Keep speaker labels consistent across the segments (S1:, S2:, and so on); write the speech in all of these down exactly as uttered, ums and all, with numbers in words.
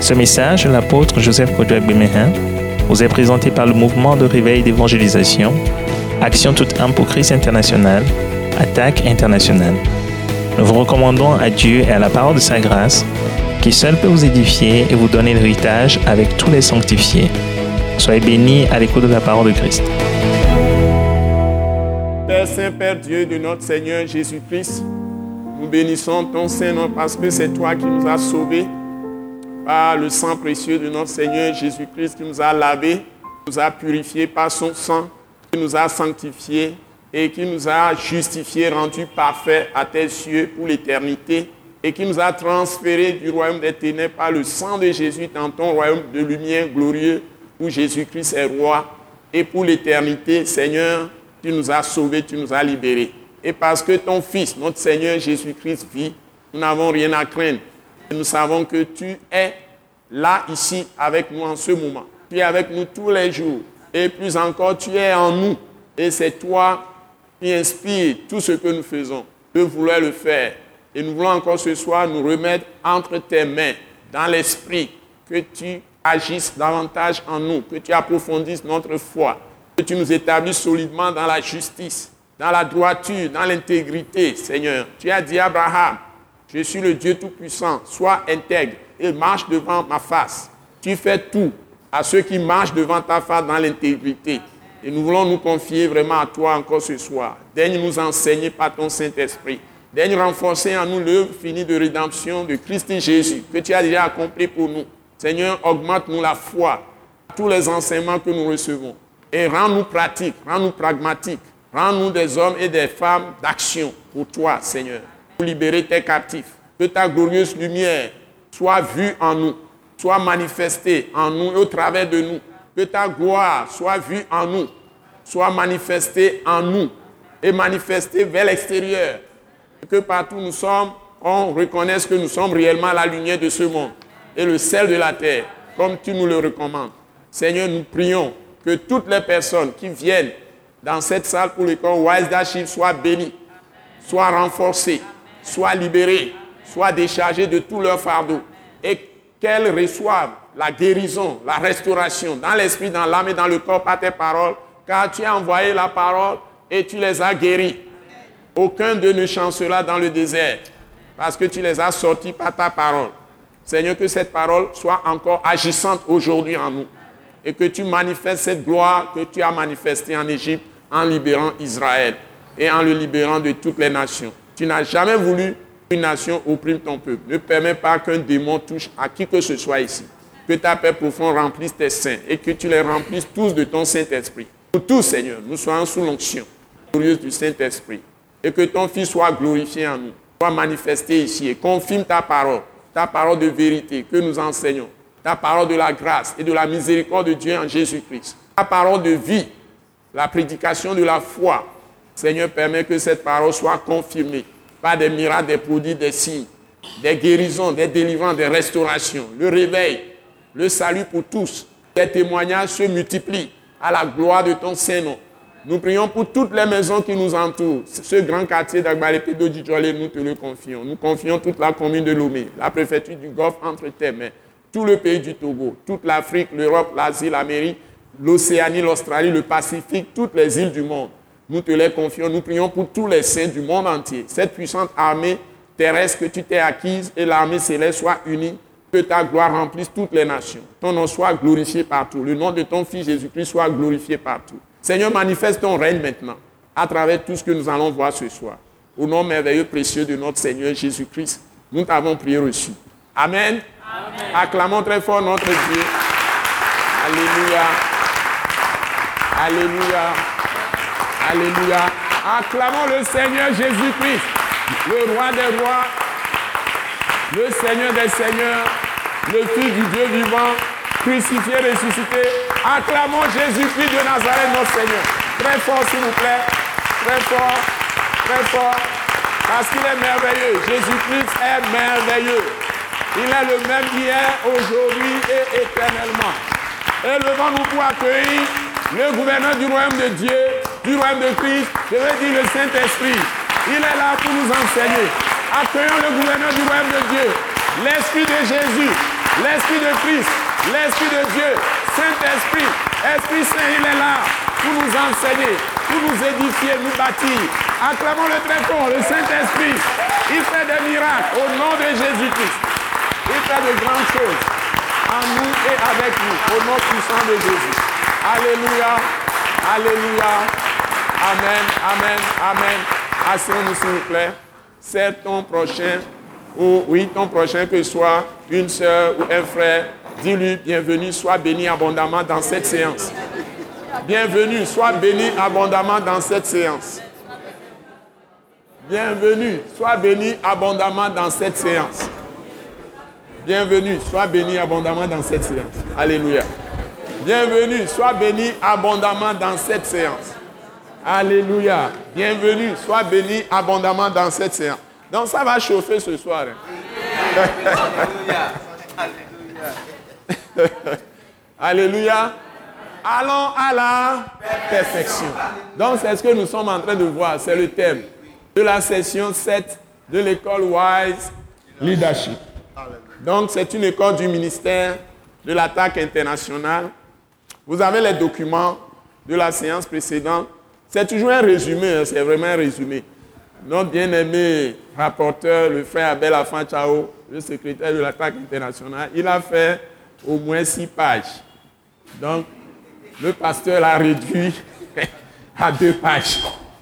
S1: Ce message, l'apôtre Joseph Kodouak-Bemehin, vous est présenté par le mouvement de réveil d'évangélisation, Action toute âme pour Christ international, Attaque internationale. Nous vous recommandons à Dieu et à la parole de sa grâce, qui seul peut vous édifier et vous donner l'héritage avec tous les sanctifiés. Soyez bénis à l'écoute de la parole de Christ.
S2: Père Saint, Père Dieu de notre Seigneur Jésus-Christ, nous bénissons ton Saint-Nom parce que c'est toi qui nous as sauvés par le sang précieux de notre Seigneur Jésus-Christ qui nous a lavés, nous a purifiés par son sang, qui nous a sanctifiés et qui nous a justifiés, rendus parfaits à tes yeux pour l'éternité et qui nous a transférés du royaume des ténèbres par le sang de Jésus dans ton royaume de lumière glorieux où Jésus-Christ est roi. Et pour l'éternité, Seigneur, tu nous as sauvés, tu nous as libérés. Et parce que ton Fils, notre Seigneur Jésus-Christ vit, nous n'avons rien à craindre. Nous savons que tu es là, ici, avec nous en ce moment. Tu es avec nous tous les jours. Et plus encore, tu es en nous. Et c'est toi qui inspires tout ce que nous faisons, de vouloir le faire. Et nous voulons encore ce soir nous remettre entre tes mains, dans l'esprit, que tu agisses davantage en nous, que tu approfondisses notre foi, que tu nous établisses solidement dans la justice, dans la droiture, dans l'intégrité, Seigneur. Tu as dit à Abraham, je suis le Dieu Tout-Puissant, sois intègre et marche devant ma face. Tu fais tout à ceux qui marchent devant ta face dans l'intégrité. Et nous voulons nous confier vraiment à toi encore ce soir. Daigne nous enseigner par ton Saint-Esprit. Daigne renforcer en nous l'œuvre finie de rédemption de Christ Jésus que tu as déjà accompli pour nous. Seigneur, augmente-nous la foi, tous les enseignements que nous recevons. Et rends-nous pratiques, rends-nous pragmatiques. Rends-nous des hommes et des femmes d'action pour toi, Seigneur. Pour libérer tes captifs. Que ta glorieuse lumière soit vue en nous, soit manifestée en nous et au travers de nous. Que ta gloire soit vue en nous, soit manifestée en nous et manifestée vers l'extérieur. Que partout nous sommes, on reconnaisse que nous sommes réellement la lumière de ce monde et le sel de la terre, comme tu nous le recommandes. Seigneur, nous prions que toutes les personnes qui viennent dans cette salle pour l'école Wise Dashib soient bénies, soient renforcées, soient libérées, soient déchargées de tout leur fardeau et qu'elles reçoivent la guérison, la restauration dans l'esprit, dans l'âme et dans le corps par tes paroles, car tu as envoyé la parole et tu les as guéris. Aucun d'eux ne chancela dans le désert parce que tu les as sortis par ta parole. Seigneur, que cette parole soit encore agissante aujourd'hui en nous et que tu manifestes cette gloire que tu as manifestée en Égypte en libérant Israël et en le libérant de toutes les nations. Tu n'as jamais voulu qu'une nation opprime ton peuple. Ne permets pas qu'un démon touche à qui que ce soit ici. Que ta paix profonde remplisse tes saints et que tu les remplisses tous de ton Saint-Esprit. Pour tous, Seigneur, nous soyons sous l'onction glorieuse du Saint-Esprit et que ton Fils soit glorifié en nous, soit manifesté ici et confirme ta parole, ta parole de vérité que nous enseignons, ta parole de la grâce et de la miséricorde de Dieu en Jésus-Christ, ta parole de vie, la prédication de la foi. Seigneur, permets que cette parole soit confirmée par des miracles, des prodiges, des signes, des guérisons, des délivrances, des restaurations, le réveil, le salut pour tous. Tes témoignages se multiplient à la gloire de ton Saint-Nom. Nous prions pour toutes les maisons qui nous entourent. Ce grand quartier d'Agbalépé d'Odidjolé, nous te le confions. Nous confions toute la commune de Lomé, la préfecture du Golfe entre tes mains, tout le pays du Togo, toute l'Afrique, l'Europe, l'Asie, l'Amérique, l'Océanie, l'Australie, le Pacifique, toutes les îles du monde. Nous te les confions. Nous prions pour tous les saints du monde entier. Cette puissante armée terrestre que tu t'es acquise et l'armée céleste soit unie. Que ta gloire remplisse toutes les nations. Ton nom soit glorifié partout. Le nom de ton Fils Jésus-Christ soit glorifié partout. Seigneur, manifeste ton règne maintenant à travers tout ce que nous allons voir ce soir. Au nom merveilleux, précieux de notre Seigneur Jésus-Christ, nous t'avons prié reçu. Amen. Amen. Acclamons très fort notre Dieu. Alléluia. Alléluia. Alléluia. Acclamons le Seigneur Jésus-Christ, le roi des rois, le Seigneur des seigneurs, le Fils du Dieu vivant, crucifié, ressuscité. Acclamons Jésus-Christ de Nazareth, notre Seigneur. Très fort, s'il vous plaît. Très fort, très fort. Parce qu'il est merveilleux. Jésus-Christ est merveilleux. Il est le même hier, aujourd'hui et éternellement. Élevons-nous pour accueillir le gouverneur du royaume de Dieu, du royaume de Christ, je veux dire le Saint-Esprit. Il est là pour nous enseigner. Accueillons le gouverneur du royaume de Dieu, l'Esprit de Jésus, L'Esprit de Christ, l'Esprit de Dieu, Saint-Esprit, Esprit Saint, il est là pour nous enseigner, pour nous édifier, nous bâtir. Acclamons-le très fort, le Saint-Esprit. Il fait des miracles au nom de Jésus-Christ. Il fait de grandes choses en nous et avec nous, au nom puissant de Jésus. Alléluia, Alléluia. Amen, Amen, Amen. Asseyons-nous s'il vous plaît. C'est ton prochain, ou oui, ton prochain, que soit une sœur ou un frère, dis-lui bienvenue, sois béni abondamment dans cette séance. Bienvenue, sois béni abondamment dans cette séance. Bienvenue, sois béni abondamment dans cette séance. Bienvenue, sois béni abondamment dans cette séance. Alléluia. Bienvenue, sois béni abondamment dans cette séance. Alléluia. Bienvenue, sois béni abondamment dans cette séance. Donc ça va chauffer ce soir. Hein? Alléluia. Alléluia. Allons à la perfection. Donc c'est ce que nous sommes en train de voir. C'est le thème de la session sept de l'école Wise Leadership. Donc c'est une école du ministère de l'attaque internationale. Vous avez les documents de la séance précédente. C'est toujours un résumé, hein, c'est vraiment un résumé. Notre bien-aimé rapporteur, le frère Abel Afan-Chao, le secrétaire de l'attaque internationale, il a fait au moins six pages. Donc, le pasteur l'a réduit à deux pages.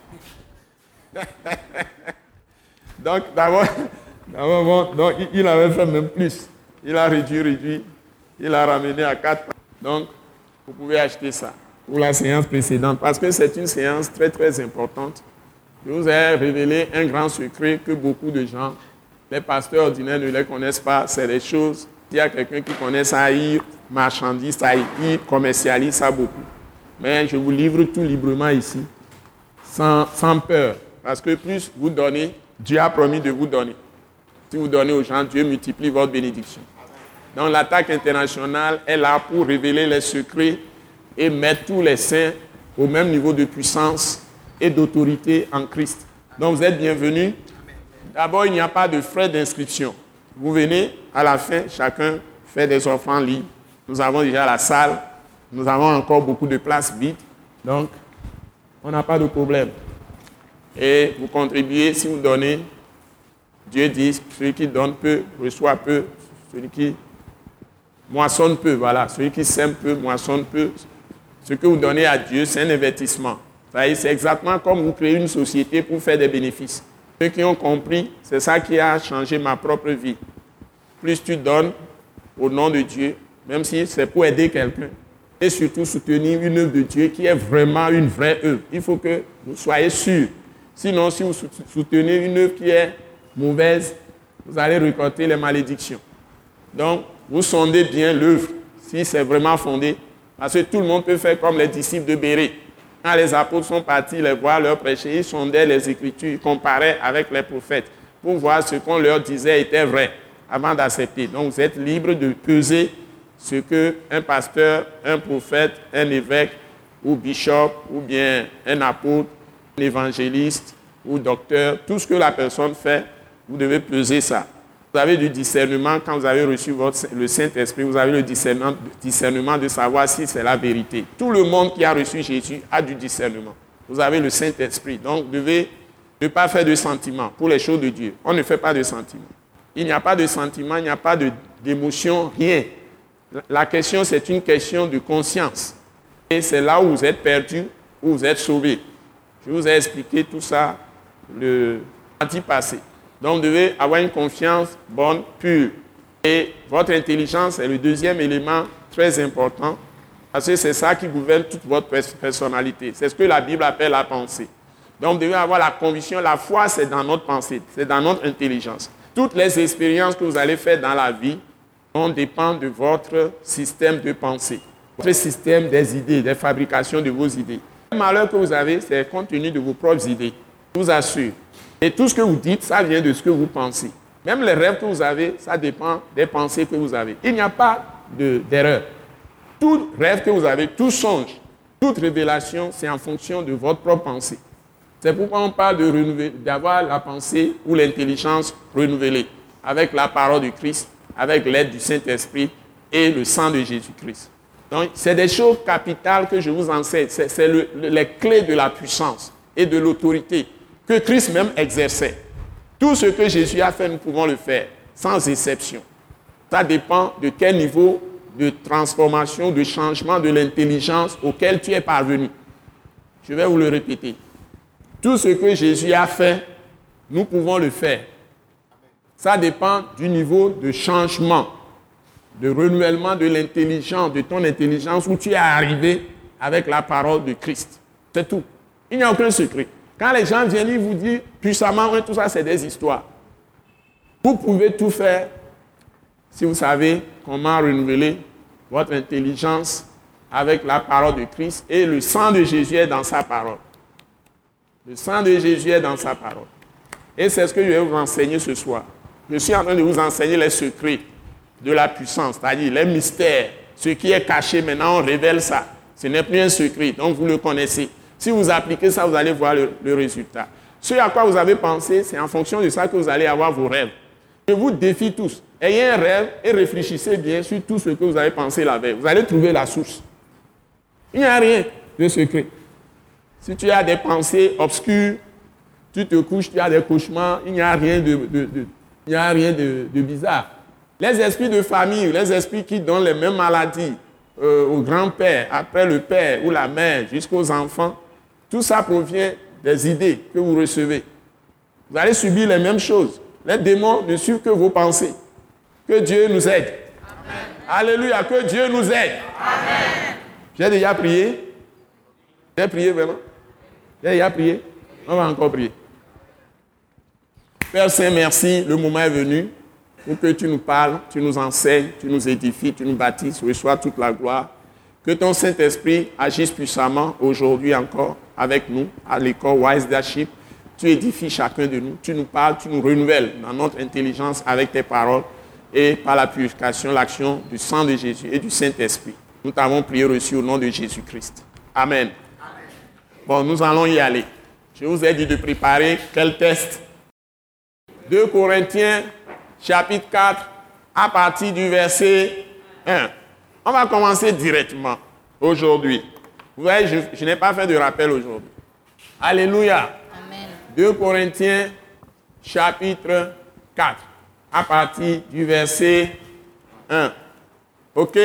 S2: Donc, d'abord, d'abord bon, donc, il avait fait même plus. Il a réduit, réduit. Il a ramené à quatre pages. Donc, vous pouvez acheter ça pour la séance précédente, parce que c'est une séance très, très importante. Je vous ai révélé un grand secret que beaucoup de gens, les pasteurs ordinaires ne les connaissent pas. C'est des choses, il y a quelqu'un qui connaît ça, il marchandise ça, il commercialise ça beaucoup. Mais je vous livre tout librement ici, sans, sans peur. Parce que plus vous donnez, Dieu a promis de vous donner. Si vous donnez aux gens, Dieu multiplie votre bénédiction. Donc l'attaque internationale est là pour révéler les secrets et mettre tous les saints au même niveau de puissance et d'autorité en Christ. Donc vous êtes bienvenus. D'abord, il n'y a pas de frais d'inscription. Vous venez, à la fin, chacun fait des offrandes libres. Nous avons déjà la salle. Nous avons encore beaucoup de places vides. Donc, on n'a pas de problème. Et vous contribuez, si vous donnez, Dieu dit, celui qui donne peu, reçoit peu. Celui qui moissonne peu, voilà. Celui qui sème peu, moissonne peu. Ce que vous donnez à Dieu, c'est un investissement. C'est exactement comme vous créez une société pour faire des bénéfices. Ceux qui ont compris, c'est ça qui a changé ma propre vie. Plus tu donnes au nom de Dieu, même si c'est pour aider quelqu'un, et surtout soutenir une œuvre de Dieu qui est vraiment une vraie œuvre. Il faut que vous soyez sûrs. Sinon, si vous soutenez une œuvre qui est mauvaise, vous allez récolter les malédictions. Donc, vous sondez bien l'œuvre, si c'est vraiment fondé, parce que tout le monde peut faire comme les disciples de Bérée. Quand les apôtres sont partis les voir leur prêcher, ils sondaient les Écritures, ils comparaient avec les prophètes pour voir ce qu'on leur disait était vrai avant d'accepter. Donc vous êtes libre de peser ce qu'un pasteur, un prophète, un évêque ou bishop ou bien un apôtre, un évangéliste ou docteur, tout ce que la personne fait, vous devez peser ça. Vous avez du discernement quand vous avez reçu votre, le Saint-Esprit, vous avez le discernement, discernement de savoir si c'est la vérité. Tout le monde qui a reçu Jésus a du discernement. Vous avez le Saint-Esprit. Donc, vous devez ne pas faire de sentiments pour les choses de Dieu. On ne fait pas de sentiments. Il n'y a pas de sentiments, il n'y a pas de, d'émotion, rien. La question, c'est une question de conscience. Et c'est là où vous êtes perdu, où vous êtes sauvé. Je vous ai expliqué tout ça le mardi passé. Donc, vous devez avoir une confiance bonne, pure. Et votre intelligence est le deuxième élément très important, parce que c'est ça qui gouverne toute votre personnalité. C'est ce que la Bible appelle la pensée. Donc, vous devez avoir la conviction, la foi, c'est dans notre pensée, c'est dans notre intelligence. Toutes les expériences que vous allez faire dans la vie vont dépendre de votre système de pensée, votre système des idées, des fabrications de vos idées. Le malheur que vous avez, c'est compte tenu de vos propres idées. Je vous assure. Et tout ce que vous dites, ça vient de ce que vous pensez. Même les rêves que vous avez, ça dépend des pensées que vous avez. Il n'y a pas de, d'erreur. Tout rêve que vous avez, tout songe, toute révélation, c'est en fonction de votre propre pensée. C'est pourquoi on parle de d'avoir la pensée ou l'intelligence renouvelée avec la parole de Christ avec l'aide du Saint-Esprit et le sang de Jésus-Christ. Donc, c'est des choses capitales que je vous enseigne. C'est, c'est le, le, les clés de la puissance et de l'autorité que Christ même exerçait. Tout ce que Jésus a fait, nous pouvons le faire, sans exception. Ça dépend de quel niveau de transformation, de changement de l'intelligence auquel tu es parvenu. Je vais vous le répéter. Tout ce que Jésus a fait, nous pouvons le faire. Ça dépend du niveau de changement, de renouvellement de l'intelligence, de ton intelligence où tu es arrivé avec la parole de Christ. C'est tout. Il n'y a aucun secret. Quand les gens viennent, ils vous disent puissamment, oui, tout ça, c'est des histoires. Vous pouvez tout faire si vous savez comment renouveler votre intelligence avec la parole de Christ et le sang de Jésus est dans sa parole. Le sang de Jésus est dans sa parole. Et c'est ce que je vais vous enseigner ce soir. Je suis en train de vous enseigner les secrets de la puissance, c'est-à-dire les mystères. Ce qui est caché, maintenant, on révèle ça. Ce n'est plus un secret, donc vous le connaissez. Si vous appliquez ça, vous allez voir le, le résultat. Ce à quoi vous avez pensé, c'est en fonction de ça que vous allez avoir vos rêves. Je vous défie tous. Ayez un rêve et réfléchissez bien sur tout ce que vous avez pensé la veille. Vous allez trouver la source. Il n'y a rien de secret. Si tu as des pensées obscures, tu te couches, tu as des cauchemars, il n'y a rien de, de, de, il n'y a rien de, de bizarre. Les esprits de famille, les esprits qui donnent les mêmes maladies euh, au grand-père, après le père ou la mère, jusqu'aux enfants, tout ça provient des idées que vous recevez. Vous allez subir les mêmes choses. Les démons ne suivent que vos pensées. Que Dieu nous aide. Amen. Alléluia, que Dieu nous aide. Amen. J'ai déjà prié. J'ai prié vraiment. J'ai déjà prié. On va encore prier. Père Saint, merci. Le moment est venu pour que tu nous parles, tu nous enseignes, tu nous édifies, tu nous baptises. Reçois toute la gloire. Que ton Saint-Esprit agisse puissamment aujourd'hui encore avec nous à l'école Wise Leadership. Tu édifies chacun de nous. Tu nous parles, tu nous renouvelles dans notre intelligence avec tes paroles et par la purification, l'action du sang de Jésus et du Saint-Esprit. Nous t'avons prié reçu au nom de Jésus-Christ. Amen. Amen. Bon, nous allons y aller. Je vous ai dit de préparer quel test? deux Corinthiens, chapitre quatre, à partir du verset un. On va commencer directement aujourd'hui. Vous voyez, je, je n'ai pas fait de rappel aujourd'hui. Alléluia. Amen. deux Corinthiens, chapitre quatre, à partir du verset un. OK?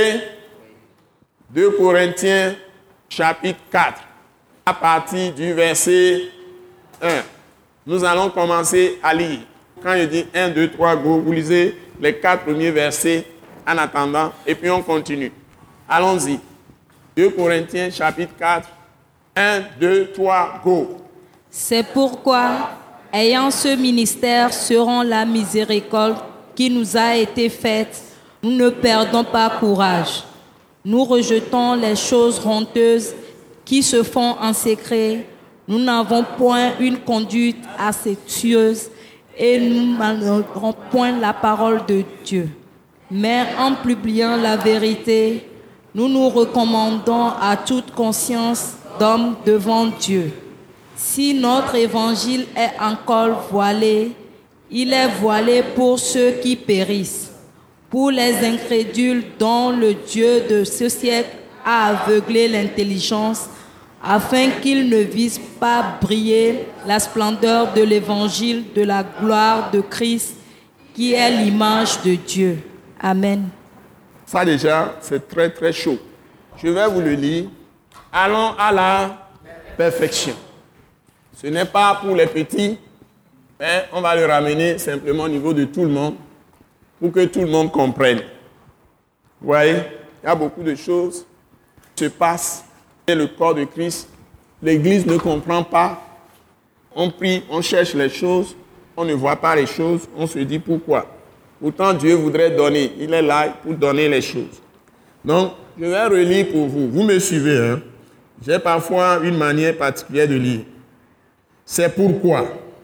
S2: deux Corinthiens, chapitre quatre, à partir du verset un. Nous allons commencer à lire. Quand je dis un, deux, trois, go, vous lisez les quatre premiers versets en attendant, et puis on continue. Allons-y. deux Corinthiens, chapitre quatre, un, deux, trois, go.
S3: C'est pourquoi, ayant ce ministère selon la miséricorde qui nous a été faite, nous ne perdons pas courage. Nous rejetons les choses honteuses qui se font en secret. Nous n'avons point une conduite affectueuse et nous n'ignorons point la parole de Dieu. Mais en publiant la vérité, nous nous recommandons à toute conscience d'homme devant Dieu. Si notre évangile est encore voilé, il est voilé pour ceux qui périssent, pour les incrédules dont le Dieu de ce siècle a aveuglé l'intelligence, afin qu'ils ne visent pas briller la splendeur de l'évangile de la gloire de Christ, qui est l'image de Dieu. Amen.
S2: Ça déjà, c'est très très chaud. Je vais vous le lire. Allons à la perfection. Ce n'est pas pour les petits, mais on va le ramener simplement au niveau de tout le monde, pour que tout le monde comprenne. Vous voyez, il y a beaucoup de choses qui se passent. Et le corps de Christ, l'Église ne comprend pas. On prie, on cherche les choses, on ne voit pas les choses, on se dit pourquoi. Pourtant, Dieu voudrait donner. Il est là pour donner les choses. Donc, je vais relire pour vous. Vous me suivez, hein? J'ai parfois une manière particulière de lire. C'est pourquoi,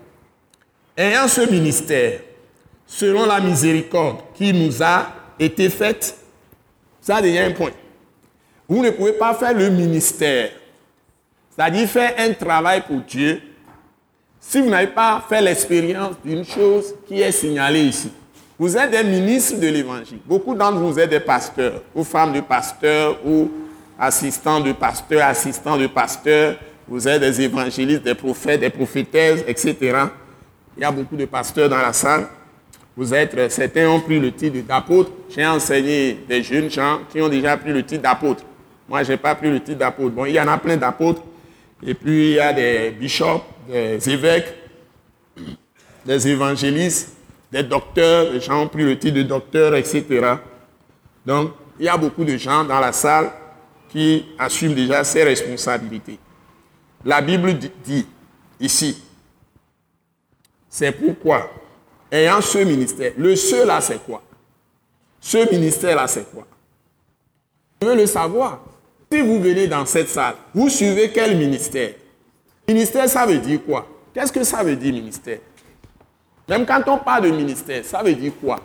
S2: ayant ce ministère, selon la miséricorde qui nous a été faite, ça devient un point. Vous ne pouvez pas faire le ministère, c'est-à-dire faire un travail pour Dieu, si vous n'avez pas fait l'expérience d'une chose qui est signalée ici. Vous êtes des ministres de l'évangile. Beaucoup d'entre vous êtes des pasteurs, ou femmes de pasteurs, ou assistants de pasteurs, assistants de pasteurs. Vous êtes des évangélistes, des prophètes, des prophétesses, et cetera. Il y a beaucoup de pasteurs dans la salle. Vous êtes, certains ont pris le titre d'apôtre. J'ai enseigné des jeunes gens qui ont déjà pris le titre d'apôtre. Moi, je n'ai pas pris le titre d'apôtre. Bon, il y en a plein d'apôtres. Et puis, il y a des bishops, des évêques, des évangélistes, des docteurs. Les gens ont pris le titre de docteur, et cetera. Donc, il y a beaucoup de gens dans la salle qui assument déjà ces responsabilités. La Bible dit ici, c'est pourquoi, ayant ce ministère, le ce là c'est quoi? Ce ministère là c'est quoi? Je veux le savoir. Si vous venez dans cette salle, vous suivez quel ministère? Ministère, ça veut dire quoi? Qu'est-ce que ça veut dire ministère? Même quand on parle de ministère, ça veut dire quoi?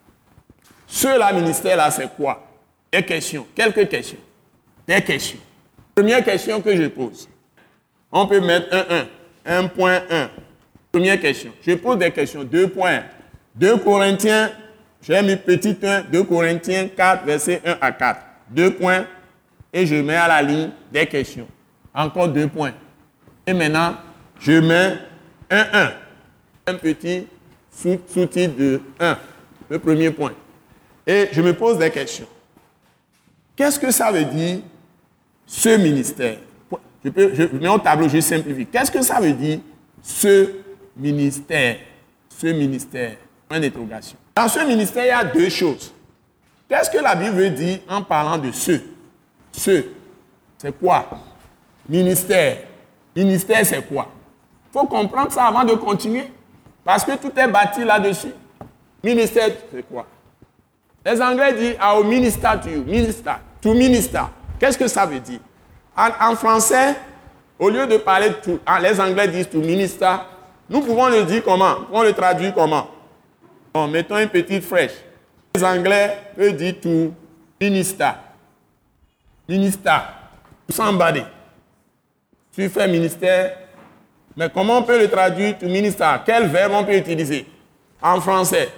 S2: Ce là ministère là c'est quoi? Des questions, quelques questions. Des questions. Première question que je pose. On peut mettre un un, un point un. Première question. Je pose des questions. deux points. deux Corinthiens, j'ai mis petit un, deux Corinthiens quatre, versets un à quatre. deux points. Et je mets à la ligne des questions. Encore deux points. Et maintenant, je mets un un. Un petit sous- sous-titre de un. Le premier point. Et je me pose des questions. Qu'est-ce que ça veut dire, ce ministère? Je, peux, je mets au tableau, je simplifie. Qu'est-ce que ça veut dire, ce ministère? Ce ministère. Point d'interrogation. Dans ce ministère, il y a deux choses. Qu'est-ce que la Bible veut dire en parlant de ce? Ce. C'est quoi? Ministère. Ministère, c'est quoi? Il faut comprendre ça avant de continuer. Parce que tout est bâti là-dessus. Ministère, c'est quoi? Les Anglais disent « I will minister to you ». Minister. To minister. Qu'est-ce que ça veut dire? En, en français, au lieu de parler de tout, les Anglais disent to minister, nous pouvons le dire comment? Nous pouvons le traduire comment? Bon, mettons une petite fraîche. Les Anglais peuvent dire to minister. Minister. To somebody. Tu fais ministère. Mais comment on peut le traduire to minister? Quel verbe on peut utiliser? En français.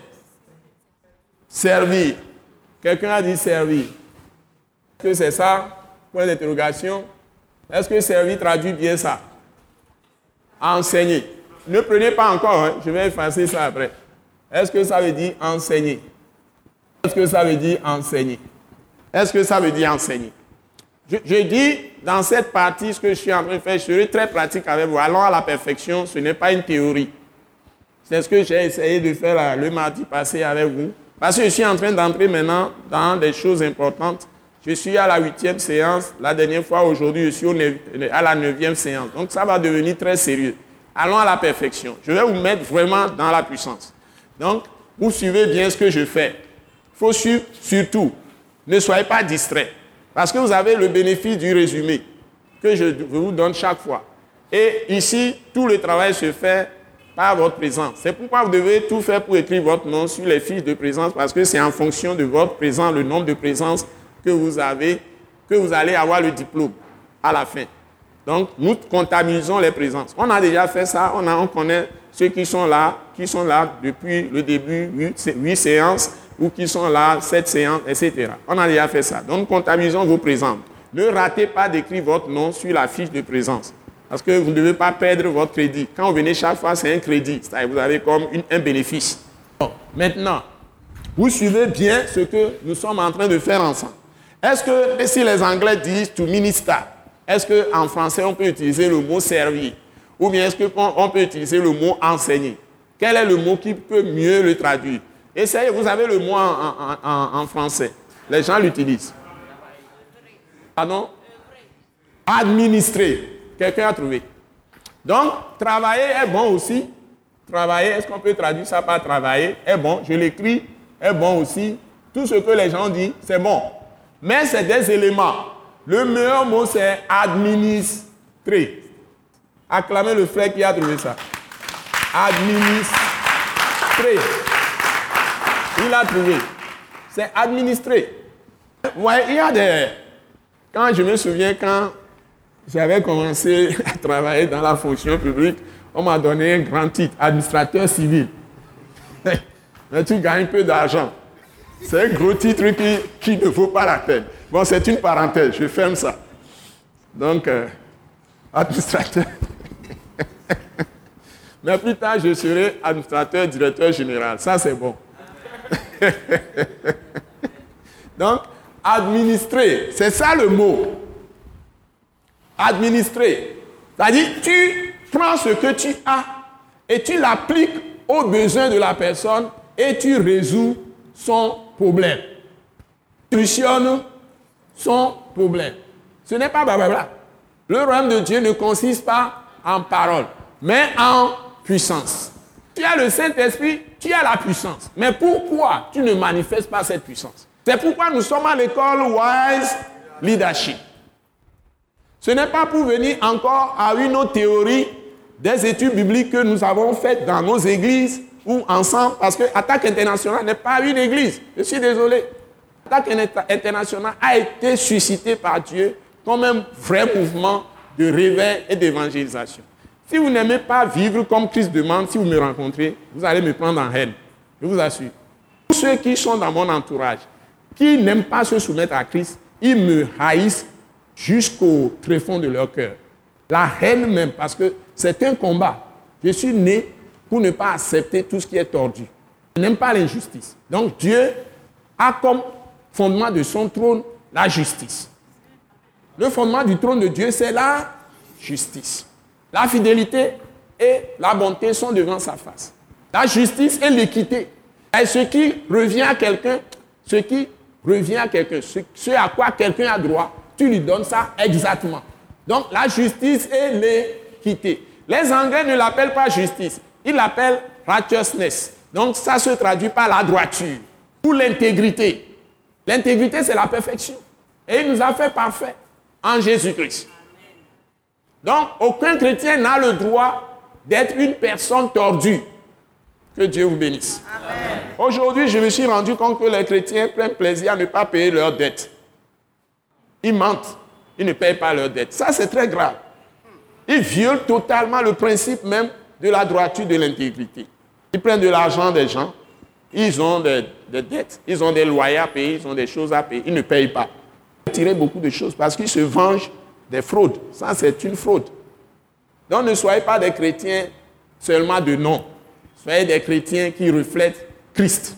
S2: Servir. Quelqu'un a dit servir. Est-ce que c'est ça? Point d'interrogation. Est-ce que servir traduit bien ça? Enseigner. Ne prenez pas encore, hein. Je vais effacer ça après. Est-ce que ça veut dire enseigner? Est-ce que ça veut dire enseigner? Est-ce que ça veut dire enseigner? Je, je dis, dans cette partie, ce que je suis en train de faire, je serai très pratique avec vous. Allons à la perfection, ce n'est pas une théorie. C'est ce que j'ai essayé de faire là, le mardi passé avec vous. Parce que je suis en train d'entrer maintenant dans des choses importantes. Je suis à la huitième séance. La dernière fois, aujourd'hui, je suis au neuf, à la neuvième séance. Donc, ça va devenir très sérieux. Allons à la perfection. Je vais vous mettre vraiment dans la puissance. Donc, vous suivez bien ce que je fais. Il faut suivre surtout. Ne soyez pas distraits. Parce que vous avez le bénéfice du résumé que je vous donne chaque fois. Et ici, tout le travail se fait par votre présence. C'est pourquoi vous devez tout faire pour écrire votre nom sur les fiches de présence, parce que c'est en fonction de votre présence, le nombre de présences que vous avez, que vous allez avoir le diplôme à la fin. Donc, nous comptabilisons les présences. On a déjà fait ça, on, a, on connaît ceux qui sont là, qui sont là depuis le début, huit séances, ou qui sont là, sept séances, et cetera. On a déjà fait ça. Donc, comptabilisons vos présences. Ne ratez pas d'écrire votre nom sur la fiche de présence. Parce que vous ne devez pas perdre votre crédit. Quand vous venez chaque fois, c'est un crédit. C'est-à-dire que vous avez comme une, un bénéfice. Bon, maintenant, vous suivez bien ce que nous sommes en train de faire ensemble. Est-ce que, si les Anglais disent to minister, est-ce qu'en français, on peut utiliser le mot servir? Ou bien est-ce qu'on peut utiliser le mot enseigner? Quel est le mot qui peut mieux le traduire? Essayez, vous avez le mot en, en, en, en français. Les gens l'utilisent. Pardon? Administrer. Quelqu'un a trouvé. Donc, travailler est bon aussi. Travailler, est-ce qu'on peut traduire ça par travailler? Est bon. Je l'écris, est bon aussi. Tout ce que les gens disent, c'est bon. Mais c'est des éléments. Le meilleur mot, c'est administrer. Acclamez le frère qui a trouvé ça. Administrer. Il a trouvé. C'est administrer. Ouais, il y a des... Quand je me souviens, quand j'avais commencé à travailler dans la fonction publique, on m'a donné un grand titre, administrateur civil. mais tu gagnes peu d'argent. C'est un gros titre qui, qui ne vaut pas la peine. Bon, c'est une parenthèse, je ferme ça. Donc, euh, administrateur. Mais plus tard, je serai administrateur, directeur général. Ça, c'est bon. Donc, administrer, c'est ça le mot. Administrer. C'est-à-dire, tu prends ce que tu as et tu l'appliques aux besoins de la personne et tu résous son problème. Tu solutionnes son problème. Ce n'est pas blablabla. Le royaume de Dieu ne consiste pas en parole, mais en puissance. Tu as le Saint-Esprit, tu as la puissance. Mais pourquoi tu ne manifestes pas cette puissance? C'est pourquoi nous sommes à l'école Wise Leadership. Ce n'est pas pour venir encore à une autre théorie des études bibliques que nous avons faites dans nos églises ou ensemble, parce que Attaque Internationale n'est pas une église. Je suis désolé. Attaque Internationale a été suscitée par Dieu comme un vrai mouvement de réveil et d'évangélisation. Si vous n'aimez pas vivre comme Christ demande, si vous me rencontrez, vous allez me prendre en haine. Je vous assure. Tous ceux qui sont dans mon entourage, qui n'aiment pas se soumettre à Christ, ils me haïssent jusqu'au tréfonds de leur cœur. La haine même, parce que c'est un combat. Je suis né pour ne pas accepter tout ce qui est tordu. Je n'aime pas l'injustice. Donc Dieu a comme fondement de son trône la justice. Le fondement du trône de Dieu, c'est la justice. La fidélité et la bonté sont devant sa face. La justice et l'équité. Et ce qui revient à quelqu'un, ce qui revient à quelqu'un, ce, ce à quoi quelqu'un a droit, tu lui donnes ça exactement. Donc la justice et l'équité. Les Anglais ne l'appellent pas justice, ils l'appellent righteousness. Donc ça se traduit par la droiture ou l'intégrité. L'intégrité, c'est la perfection. Et il nous a fait parfaits en Jésus-Christ. Donc, aucun chrétien n'a le droit d'être une personne tordue. Que Dieu vous bénisse. Amen. Aujourd'hui, je me suis rendu compte que les chrétiens prennent plaisir à ne pas payer leurs dettes. Ils mentent. Ils ne payent pas leurs dettes. Ça, c'est très grave. Ils violent totalement le principe même de la droiture, de l'intégrité. Ils prennent de l'argent des gens. Ils ont des, des dettes. Ils ont des loyers à payer. Ils ont des choses à payer. Ils ne payent pas. Ils tirent beaucoup de choses parce qu'ils se vengent des fraudes. Ça, c'est une fraude. Donc, ne soyez pas des chrétiens seulement de nom. Soyez des chrétiens qui reflètent Christ.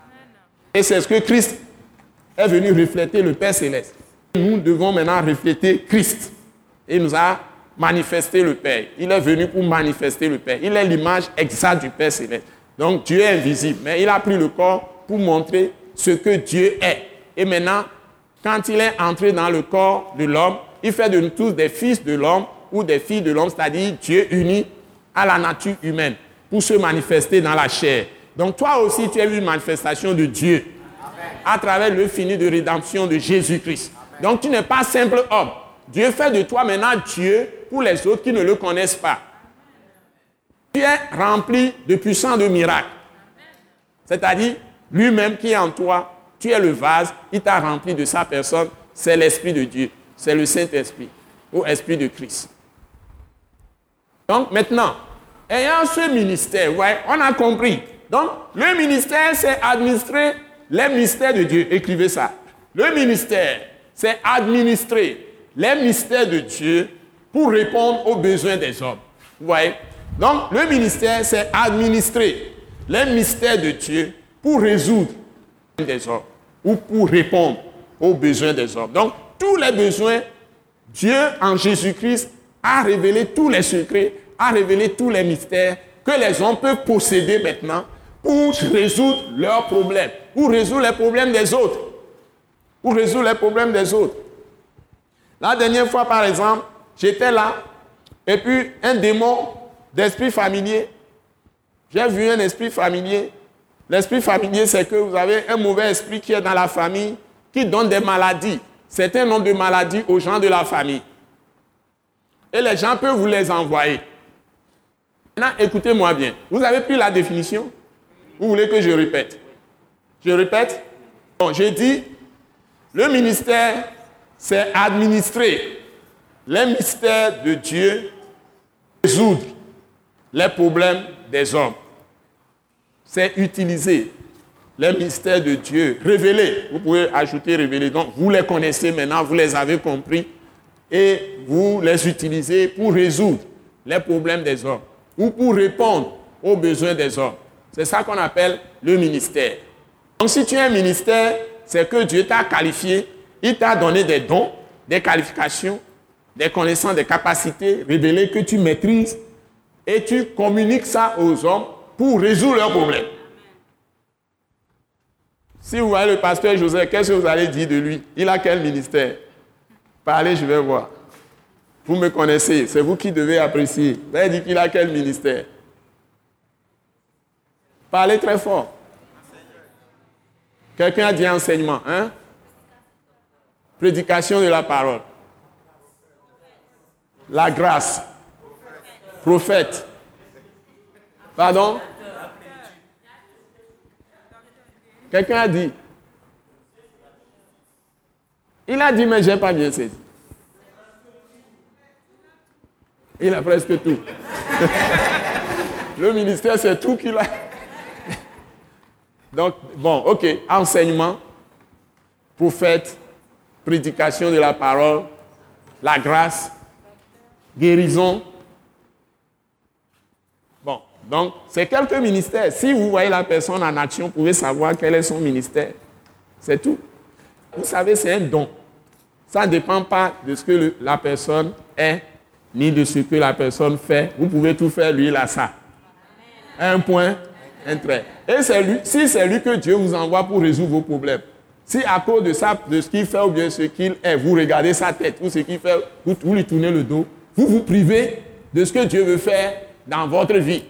S2: Et c'est ce que Christ est venu refléter, le Père Céleste. Nous devons maintenant refléter Christ. Et il nous a manifesté le Père. Il est venu pour manifester le Père. Il est l'image exacte du Père Céleste. Donc, Dieu est invisible. Mais il a pris le corps pour montrer ce que Dieu est. Et maintenant, quand il est entré dans le corps de l'homme, il fait de nous tous des fils de l'homme ou des filles de l'homme, c'est-à-dire Dieu uni à la nature humaine pour se manifester dans la chair. Donc toi aussi, tu es une manifestation de Dieu. Amen. À travers le fini de rédemption de Jésus-Christ. Amen. Donc tu n'es pas simple homme. Dieu fait de toi maintenant Dieu pour les autres qui ne le connaissent pas. Tu es rempli de puissance de miracles. C'est-à-dire, lui-même qui est en toi, tu es le vase, il t'a rempli de sa personne, c'est l'Esprit de Dieu. C'est le Saint-Esprit, ou Esprit de Christ. Donc maintenant, ayant ce ministère, ouais, on a compris. Donc, le ministère, c'est administrer les mystères de Dieu. Écrivez ça. Le ministère, c'est administrer les mystères de Dieu pour répondre aux besoins des hommes. Vous voyez? Donc, le ministère, c'est administrer les mystères de Dieu pour résoudre les besoins des hommes ou pour répondre aux besoins des hommes. Donc, tous les besoins, Dieu en Jésus-Christ a révélé tous les secrets, a révélé tous les mystères que les hommes peuvent posséder maintenant pour résoudre leurs problèmes, pour résoudre les problèmes des autres. Pour résoudre les problèmes des autres. La dernière fois, par exemple, j'étais là, et puis un démon d'esprit familier, j'ai vu un esprit familier. L'esprit familier, c'est que vous avez un mauvais esprit qui est dans la famille, qui donne des maladies. C'est un nombre de maladies aux gens de la famille. Et les gens peuvent vous les envoyer. Maintenant, écoutez-moi bien. Vous avez pris la définition? Vous voulez que je répète? Je répète? Bon, j'ai dit, le ministère, c'est administrer les mystères de Dieu, résoudre les problèmes des hommes. C'est utiliser les mystères de Dieu, révélés. Vous pouvez ajouter révélés. Donc, vous les connaissez maintenant, vous les avez compris et vous les utilisez pour résoudre les problèmes des hommes ou pour répondre aux besoins des hommes. C'est ça qu'on appelle le ministère. Donc, si tu as un ministère, c'est que Dieu t'a qualifié, il t'a donné des dons, des qualifications, des connaissances, des capacités révélées que tu maîtrises et tu communiques ça aux hommes pour résoudre leurs problèmes. Si vous voyez le pasteur Joseph, qu'est-ce que vous allez dire de lui? Il a quel ministère? Parlez, je vais voir. Vous me connaissez, c'est vous qui devez apprécier. Vous allez dire qu'il a quel ministère? Parlez très fort. Quelqu'un a dit enseignement, hein? Prédication de la parole. La grâce. Prophète. Pardon? Quelqu'un a dit. Il a dit, mais je n'ai pas bien saisi. Il a presque tout. Le ministère, c'est tout qu'il a. Donc, bon, ok. Enseignement, prophète, prédication de la parole, la grâce, guérison. Bon, donc, c'est quelques ministères. Si vous voyez la personne en action, vous pouvez savoir quel est son ministère. C'est tout. Vous savez, c'est un don. Ça ne dépend pas de ce que le, la personne est, ni de ce que la personne fait. Vous pouvez tout faire, lui, il a ça. Un point, un trait. Et c'est lui, si c'est lui que Dieu vous envoie pour résoudre vos problèmes, si à cause de ça, de ce qu'il fait ou bien ce qu'il est, vous regardez sa tête ou ce qu'il fait, vous, vous lui tournez le dos, vous vous privez de ce que Dieu veut faire dans votre vie.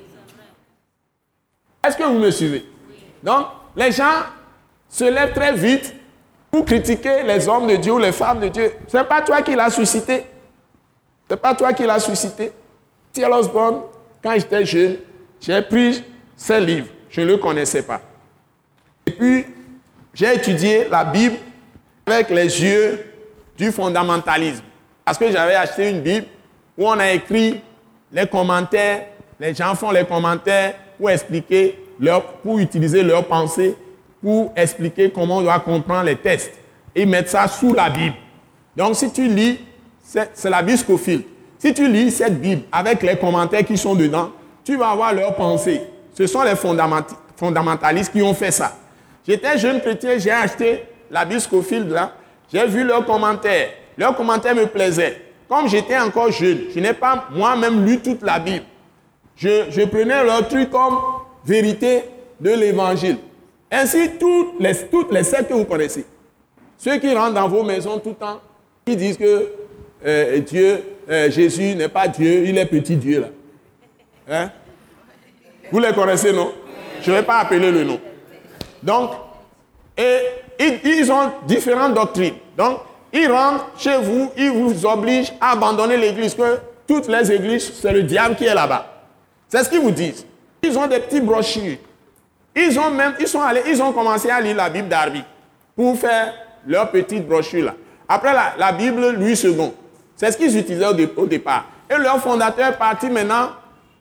S2: Est-ce que vous me suivez? Donc, les gens se lèvent très vite pour critiquer les hommes de Dieu ou les femmes de Dieu. Ce n'est pas toi qui l'as suscité. Ce n'est pas toi qui l'as suscité. T L Osborne, quand j'étais jeune, j'ai pris ses livres. Je ne le connaissais pas. Et puis, j'ai étudié la Bible avec les yeux du fondamentalisme. Parce que j'avais acheté une Bible où on a écrit les commentaires, les gens font les commentaires pour expliquer, leur, pour utiliser leurs pensées, pour expliquer comment on doit comprendre les textes. Et mettre ça sous la Bible. Donc, si tu lis, c'est, c'est la Bible Scofield. Si tu lis cette Bible avec les commentaires qui sont dedans, tu vas avoir leurs pensées. Ce sont les fondament- fondamentalistes qui ont fait ça. J'étais jeune chrétien, j'ai acheté la Bible Scofield là, j'ai vu leurs commentaires. Leurs commentaires me plaisaient. Comme j'étais encore jeune, je n'ai pas moi-même lu toute la Bible. Je, je prenais leur truc comme vérité de l'évangile. Ainsi, toutes les, toutes les sectes que vous connaissez, ceux qui rentrent dans vos maisons tout le temps, qui disent que euh, Dieu, euh, Jésus n'est pas Dieu, il est petit Dieu là. Hein? Vous les connaissez, non? Je ne vais pas appeler le nom. Donc, et, ils, ils ont différentes doctrines. Donc, ils rentrent chez vous, ils vous obligent à abandonner l'église, que toutes les églises, c'est le diable qui est là-bas. C'est ce qu'ils vous disent. Ils ont des petits brochures. Ils ont même, ils sont allés, ils ont commencé à lire la Bible d'Arby pour faire leur petite brochure là. Après la, la Bible Louis second. C'est ce qu'ils utilisaient au, dé, au départ. Et leur fondateur est parti maintenant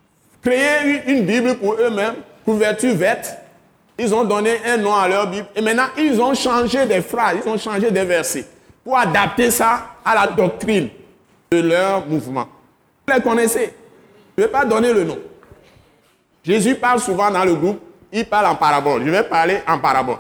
S2: créer une, une Bible pour eux-mêmes, couverture verte. Ils ont donné un nom à leur Bible. Et maintenant, ils ont changé des phrases, ils ont changé des versets pour adapter ça à la doctrine de leur mouvement. Vous les connaissez. Je ne vais pas donner le nom. Jésus parle souvent dans le groupe, il parle en parabole. Je vais parler en parabole.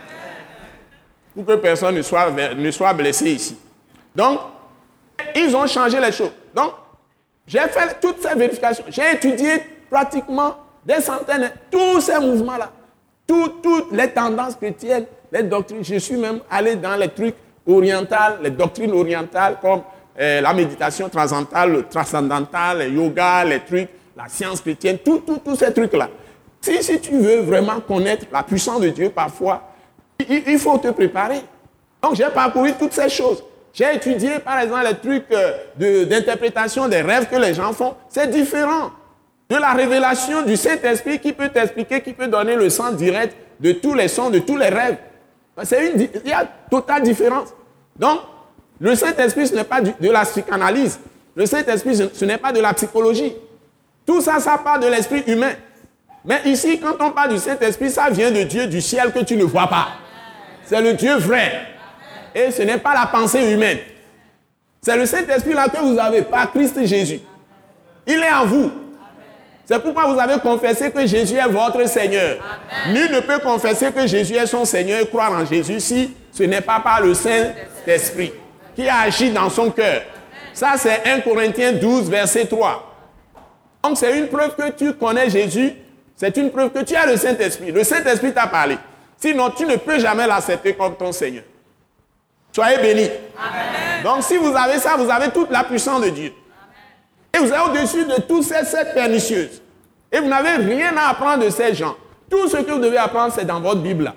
S2: Pour que personne ne soit, ne soit blessé ici. Donc, ils ont changé les choses. Donc, j'ai fait toutes ces vérifications. J'ai étudié pratiquement des centaines, tous ces mouvements-là. Tout, toutes les tendances chrétiennes, les doctrines. Je suis même allé dans les trucs orientaux, les doctrines orientales comme euh, la méditation transcendantale, le transcendantal, le yoga, les trucs, la science chrétienne, tous tout, tout ces trucs-là. Si, si tu veux vraiment connaître la puissance de Dieu, parfois, il, il faut te préparer. Donc, j'ai parcouru toutes ces choses. J'ai étudié, par exemple, les trucs euh, de, d'interprétation des rêves que les gens font. C'est différent de la révélation du Saint-Esprit qui peut t'expliquer, qui peut donner le sens direct de tous les sons, de tous les rêves. C'est une, il y a une totale différence. Donc, le Saint-Esprit, ce n'est pas du, de la psychanalyse. Le Saint-Esprit, ce, ce n'est pas de la psychologie. Tout ça, ça part de l'esprit humain. Mais ici, quand on parle du Saint-Esprit, ça vient de Dieu du ciel que tu ne vois pas. C'est le Dieu vrai. Et ce n'est pas la pensée humaine. C'est le Saint-Esprit là que vous avez, par Christ Jésus. Il est en vous. C'est pourquoi vous avez confessé que Jésus est votre Seigneur. Amen. Nul ne peut confesser que Jésus est son Seigneur et croire en Jésus si ce n'est pas par le Saint-Esprit qui a agi dans son cœur. Ça, c'est un Corinthiens douze, verset trois. Donc, c'est une preuve que tu connais Jésus. C'est une preuve que tu as le Saint-Esprit. Le Saint-Esprit t'a parlé. Sinon, tu ne peux jamais l'accepter comme ton Seigneur. Soyez bénis. Amen. Donc, si vous avez ça, vous avez toute la puissance de Dieu. Et vous êtes au-dessus de toutes ces sectes pernicieuses. Et vous n'avez rien à apprendre de ces gens. Tout ce que vous devez apprendre, c'est dans votre Bible.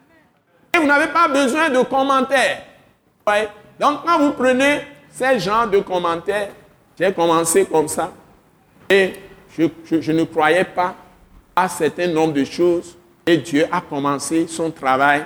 S2: Et vous n'avez pas besoin de commentaires. Ouais. Donc, quand vous prenez ces genres de commentaires, j'ai commencé comme ça. Et je, je, je ne croyais pas à un certain nombre de choses. Et Dieu a commencé son travail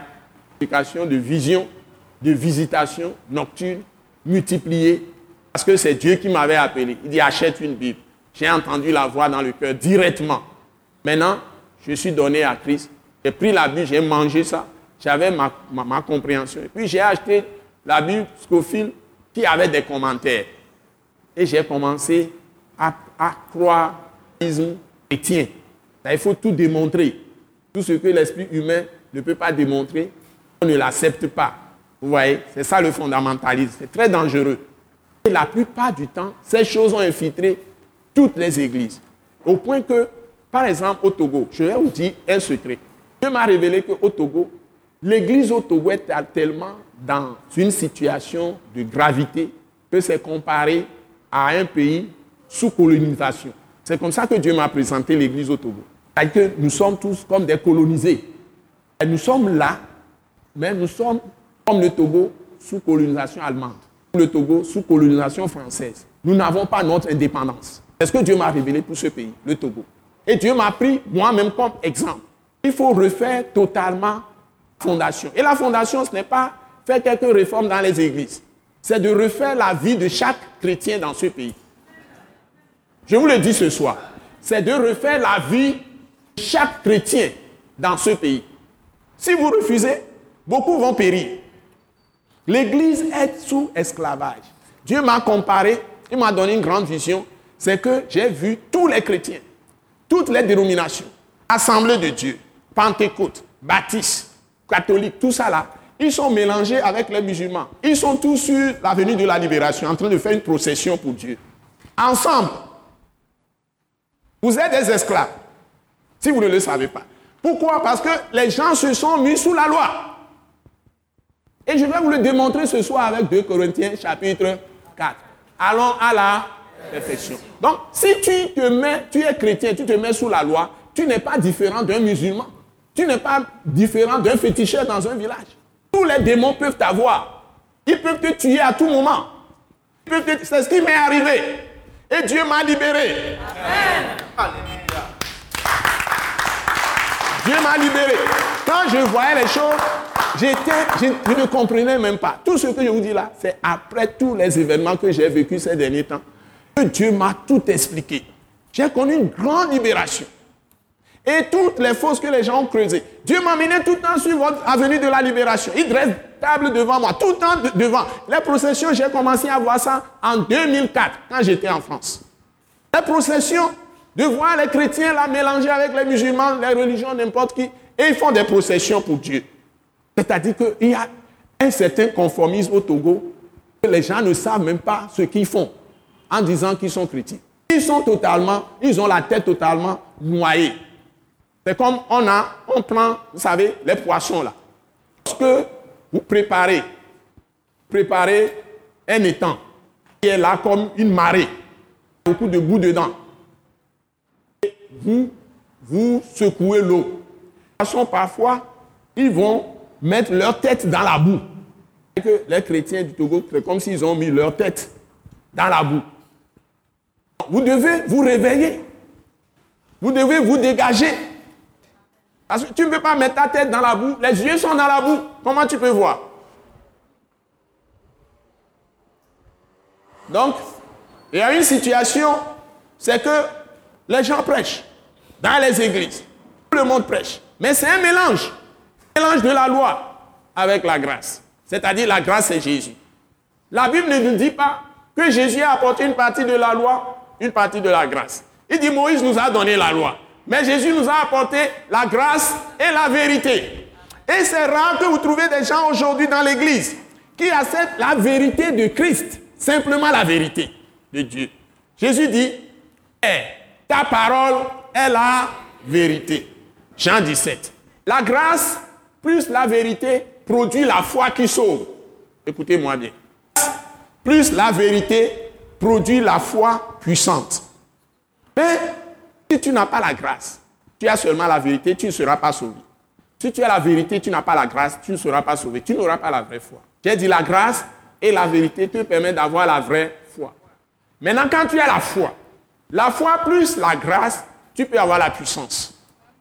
S2: de vision, de visitation nocturne, multipliée. Parce que c'est Dieu qui m'avait appelé. Il dit, achète une Bible. J'ai entendu la voix dans le cœur directement. Maintenant, je suis donné à Christ. J'ai pris la Bible, j'ai mangé ça. J'avais ma, ma, ma compréhension. Et puis j'ai acheté la Bible Scofield qui avait des commentaires. Et j'ai commencé à, à croire l'isme chrétien. Il faut tout démontrer. Tout ce que l'esprit humain ne peut pas démontrer, on ne l'accepte pas. Vous voyez, c'est ça le fondamentalisme. C'est très dangereux. Et la plupart du temps, ces choses ont infiltré toutes les églises. Au point que, par exemple, au Togo, je vais vous dire un secret. Dieu m'a révélé qu'au Togo, l'église au Togo est tellement dans une situation de gravité que c'est comparé à un pays sous colonisation. C'est comme ça que Dieu m'a présenté l'église au Togo. C'est-à-dire que nous sommes tous comme des colonisés. Et nous sommes là, mais nous sommes comme le Togo sous colonisation allemande. Le Togo sous colonisation française. Nous n'avons pas notre indépendance. C'est ce que Dieu m'a révélé pour ce pays, le Togo. Et Dieu m'a pris moi-même comme exemple. Il faut refaire totalement la fondation. Et la fondation, ce n'est pas faire quelques réformes dans les églises. C'est de refaire la vie de chaque chrétien dans ce pays. Je vous le dis ce soir. C'est de refaire la vie de chaque chrétien dans ce pays. Si vous refusez, beaucoup vont périr. L'église est sous esclavage. Dieu m'a comparé, il m'a donné une grande vision. C'est que j'ai vu tous les chrétiens, toutes les dénominations, Assemblée de Dieu, Pentecôte, Baptiste, catholique, tout ça là, ils sont mélangés avec les musulmans. Ils sont tous sur l'avenue de la libération, en train de faire une procession pour Dieu. Ensemble, vous êtes des esclaves, si vous ne le savez pas. Pourquoi? Parce que les gens se sont mis sous la loi. Et je vais vous le démontrer ce soir avec deux Corinthiens chapitre quatre. Allons à la perfection. Donc, si tu te mets, tu es chrétien, tu te mets sous la loi, tu n'es pas différent d'un musulman. Tu n'es pas différent d'un féticheur dans un village. Tous les démons peuvent t'avoir. Ils peuvent te tuer à tout moment. Ils peuvent te... C'est ce qui m'est arrivé. Et Dieu m'a libéré. Amen. Alléluia. Dieu m'a libéré. Quand je voyais les choses, j'étais, je, je ne comprenais même pas. Tout ce que je vous dis là, c'est après tous les événements que j'ai vécus ces derniers temps, que Dieu m'a tout expliqué. J'ai connu une grande libération. Et toutes les fosses que les gens ont creusées, Dieu m'a mené tout le temps sur votre avenue de la libération. Il dresse table devant moi, tout le temps de, devant. Les processions, j'ai commencé à voir ça en deux mille quatre, quand j'étais en France. Les processions, de voir les chrétiens là mélangés avec les musulmans, les religions, n'importe qui, et ils font des processions pour Dieu. C'est-à-dire qu'il y a un certain conformisme au Togo, que les gens ne savent même pas ce qu'ils font, en disant qu'ils sont chrétiens. Ils sont totalement, ils ont la tête totalement noyée. C'est comme on a, on prend, vous savez, les poissons là. Lorsque vous préparez, préparez un étang qui est là comme une marée, beaucoup de boue dedans. Et vous, vous secouez l'eau. Les poissons parfois, ils vont mettre leur tête dans la boue. Et que les chrétiens du Togo, c'est comme s'ils ont mis leur tête dans la boue. Vous devez vous réveiller. Vous devez vous dégager. Parce que tu ne peux pas mettre ta tête dans la boue. Les yeux sont dans la boue. Comment tu peux voir? Donc, il y a une situation, c'est que les gens prêchent. dans les églises. Tout le monde prêche. Mais c'est un mélange. Un mélange de la loi avec la grâce. C'est-à-dire la grâce, c'est Jésus. La Bible ne nous dit pas que Jésus a apporté une partie de la loi, une partie de la grâce. Il dit Moïse nous a donné la loi. Mais Jésus nous a apporté la grâce et la vérité. Et c'est rare que vous trouvez des gens aujourd'hui dans l'église qui acceptent la vérité de Christ. Simplement la vérité de Dieu. Jésus dit, eh, ta parole est la vérité. Jean dix-sept. La grâce plus la vérité produit la foi qui sauve. Écoutez-moi bien. Plus la vérité produit la foi puissante. Mais si tu n'as pas la grâce, tu as seulement la vérité, tu ne seras pas sauvé. Si tu as la vérité, tu n'as pas la grâce, tu ne seras pas sauvé. Tu n'auras pas la vraie foi. J'ai dit la grâce et la vérité te permettent d'avoir la vraie foi. Maintenant, quand tu as la foi, la foi plus la grâce, tu peux avoir la puissance.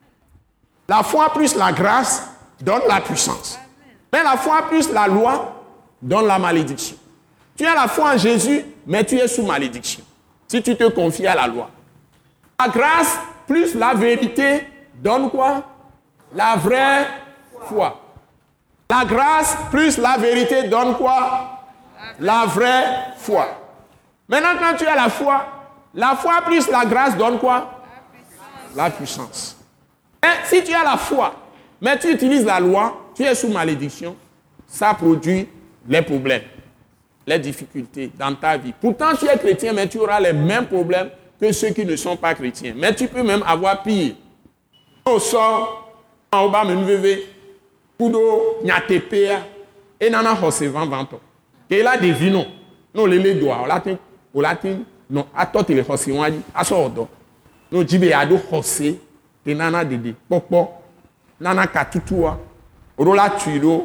S2: La foi plus la grâce donne la puissance. Mais la foi plus la loi donne la malédiction. Tu as la foi en Jésus, mais tu es sous malédiction. Si tu te confies à la loi. La grâce plus la vérité donne quoi? La vraie foi. La grâce plus la vérité donne quoi? La vraie foi. Maintenant, quand tu as la foi, la foi plus la grâce donne quoi? La puissance. Et si tu as la foi, mais tu utilises la loi, tu es sous malédiction, ça produit les problèmes, les difficultés dans ta vie. Pourtant, tu es chrétien, mais tu auras les mêmes problèmes que ceux qui ne sont pas chrétiens. Mais tu peux même avoir pire. Au sort, en bas, me nouveau, kudo, nyatepea, et nana hose van vanto. Et là, des vinos, non, les les doigts, au latin, au latin, non, à toi, tu les hose, on a dit, à son ordre. Non, jibe ado hose, et nana dede, popo, nana katutua, rola tuiro,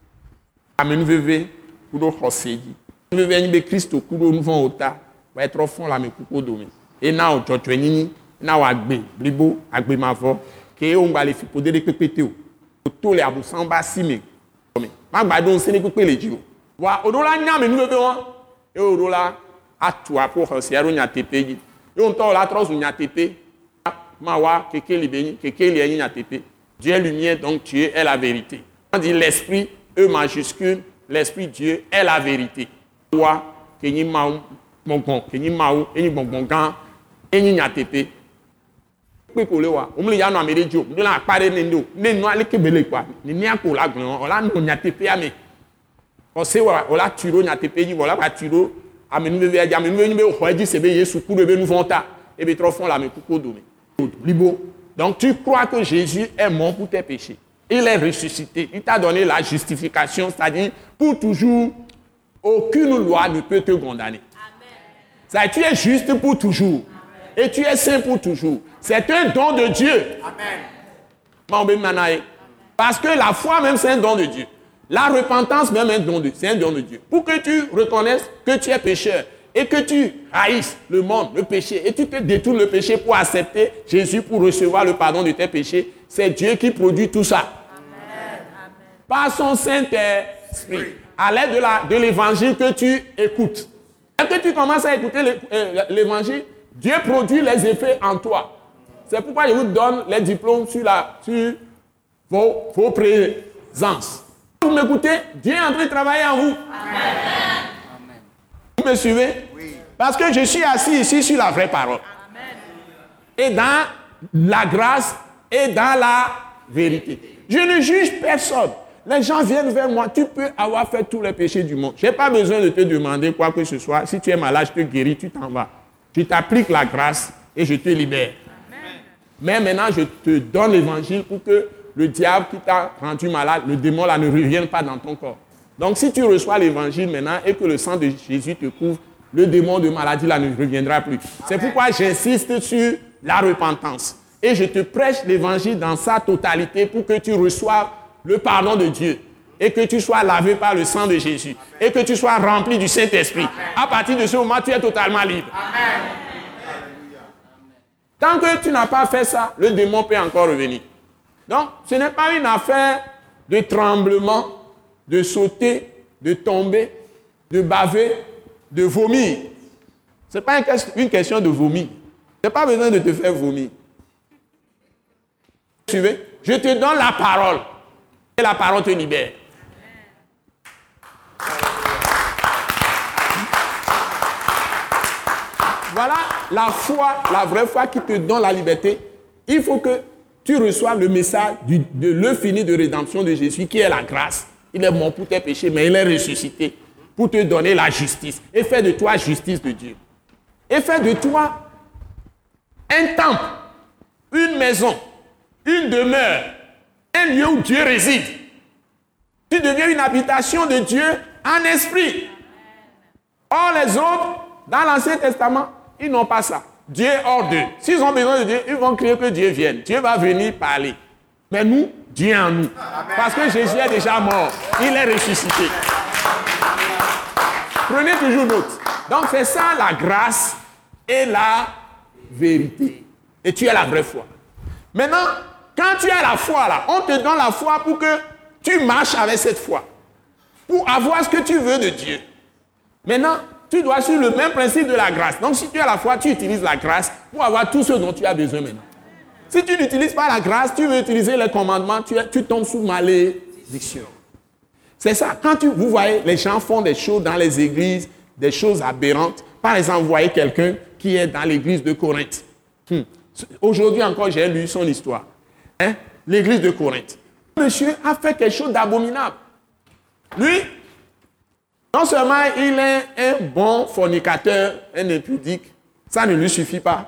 S2: amen veve, kudo hose, nous venons de Christ, kudo nous vont au tas, va être au fond là, mais kuko domi. Et na o jojo nini, na o agbe, blibo, agbe mavo, ke o ngba le fi poder de pepete o. To le abusan ba sime. Ma gba don se ni pepe le ji o. Wa odola nya me nu bebe won. E odola atua pour se aro nya tepe ji. Yo nto la trosu nya tepe. Ma wa keke li beni, keke li nya tepe. Dieu est lumière, donc Dieu est la vérité. On dit l'esprit, E majuscule, l'esprit Dieu est la vérité. Wa ke ni maou, bonbon, ke ni maou, e ni bonbon gan. Eni nyatepe pe ko le wa o mli ya no amerejo ni la pare nendo ne no ale kebele kwa ni ni ako la gbon o la no nyatepe ame o se wa o la tiro nyatepe ji wala ba tiro amenu be ya amenu be ni be ho ji sebe Yesu ku be nu fonta e be trop fond la me kuko do me libo. Donc tu crois que Jésus est mort pour tes péchés, il est ressuscité, il t'a donné la justification, c'est-à-dire pour toujours aucune loi ne peut te condamner. Amen. Ça tu es juste pour toujours. Et tu es saint pour toujours. C'est un don de Dieu. Amen. Parce que la foi même, c'est un don de Dieu. La repentance même, c'est un don de Dieu. Pour que tu reconnaisses que tu es pécheur et que tu haïsses le monde, le péché, et tu te détournes le péché pour accepter Jésus, pour recevoir le pardon de tes péchés, c'est Dieu qui produit tout ça. Amen. Par son Saint-Esprit, à l'aide de, la, de l'évangile que tu écoutes. Dès que tu commences à écouter l'évangile, Dieu produit les effets en toi. C'est pourquoi je vous donne les diplômes sur, la, sur vos, vos présences. Vous m'écoutez, Dieu est en train de travailler en vous. Amen. Vous me suivez? Oui. Parce que je suis assis ici sur la vraie parole. Amen. Et dans la grâce et dans la vérité. Je ne juge personne. Les gens viennent vers moi. Tu peux avoir fait tous les péchés du monde. Je n'ai pas besoin de te demander quoi que ce soit. Si tu es malade, je te guéris, tu t'en vas. Je t'applique la grâce et je te libère. Amen. Mais maintenant, je te donne l'évangile pour que le diable qui t'a rendu malade, le démon là, ne revienne pas dans ton corps. Donc, si tu reçois l'évangile maintenant et que le sang de Jésus te couvre, le démon de maladie là ne reviendra plus. Amen. C'est pourquoi j'insiste sur la repentance. Et je te prêche l'évangile dans sa totalité pour que tu reçoives le pardon de Dieu. Et que tu sois lavé par le sang de Jésus. Amen. Et que tu sois rempli du Saint-Esprit. Amen. À partir de ce moment, tu es totalement libre. Amen. Tant que tu n'as pas fait ça, le démon peut encore revenir. Donc, ce n'est pas une affaire de tremblement, de sauter, de tomber, de baver, de vomir. Ce n'est pas une question de vomir. Tu n'as pas besoin de te faire vomir. Suivez. Je te donne la parole. Et la parole te libère. Voilà la foi, la vraie foi qui te donne la liberté. Il faut que tu reçoives le message du, de l'œuvre finie de rédemption de Jésus, qui est la grâce. Il est mort pour tes péchés, mais il est ressuscité pour te donner la justice. Et faire de toi justice de Dieu. Et faire de toi un temple, une maison, une demeure, un lieu où Dieu réside. Tu deviens une habitation de Dieu en esprit. Or, les autres, dans l'Ancien Testament, ils n'ont pas ça. Dieu est hors d'eux. S'ils ont besoin de Dieu, ils vont crier que Dieu vienne. Dieu va venir parler. Mais nous, Dieu est en nous. Parce que Jésus est déjà mort. Il est ressuscité. Prenez toujours note. Donc, c'est ça la grâce et la vérité. Et tu as la vraie foi. Maintenant, quand tu as la foi, là, on te donne la foi pour que tu marches avec cette foi. Pour avoir ce que tu veux de Dieu. Maintenant, tu dois suivre le même principe de la grâce. Donc, si tu as la foi, tu utilises la grâce pour avoir tout ce dont tu as besoin maintenant. Si tu n'utilises pas la grâce, tu veux utiliser les commandements, tu, tu tombes sous malédiction. C'est ça. Quand tu, vous voyez, les gens font des choses dans les églises, des choses aberrantes. Par exemple, vous voyez quelqu'un qui est dans l'église de Corinthe. Hmm. Aujourd'hui encore, j'ai lu son histoire. Hein? L'église de Corinthe. Le monsieur a fait quelque chose d'abominable. Lui, non seulement il est un bon fornicateur, un impudique, ça ne lui suffit pas.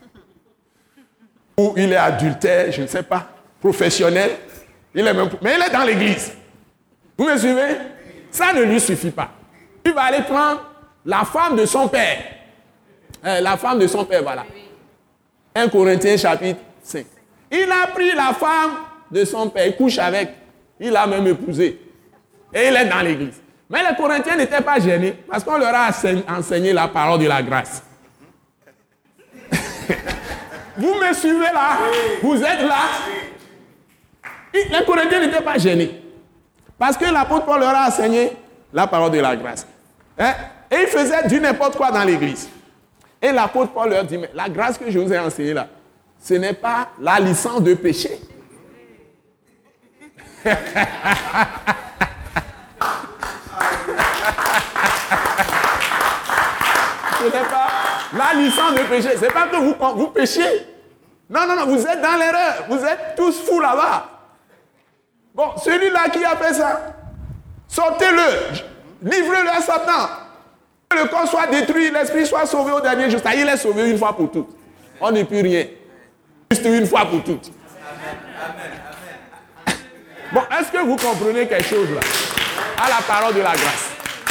S2: Ou il est adultère, je ne sais pas, professionnel, il est même, mais il est dans l'église. Vous me suivez? Ça ne lui suffit pas. Il va aller prendre la femme de son père. Euh, la femme de son père, voilà. un Corinthiens chapitre cinq. Il a pris la femme de son père, il couche avec, il l'a même épousée. Et il est dans l'église. Mais les Corinthiens n'étaient pas gênés parce qu'on leur a enseigné la parole de la grâce. Vous me suivez là? Vous êtes là? Les Corinthiens n'étaient pas gênés parce que l'apôtre Paul leur a enseigné la parole de la grâce. Hein? Et ils faisaient du n'importe quoi dans l'église. Et l'apôtre Paul leur dit, mais la grâce que je vous ai enseignée là, ce n'est pas la licence de péché. Ce n'est pas la licence de péché. Ce n'est pas que vous, vous péchez. Non, non, non, vous êtes dans l'erreur. Vous êtes tous fous là-bas. Bon, celui-là qui a fait ça, sortez-le. Livrez-le à Satan. Que le corps soit détruit, l'esprit soit sauvé au dernier jour. Il est sauvé une fois pour toutes. On n'est plus rien. Juste une fois pour toutes. Bon, est-ce que vous comprenez quelque chose là? À la parole de la grâce.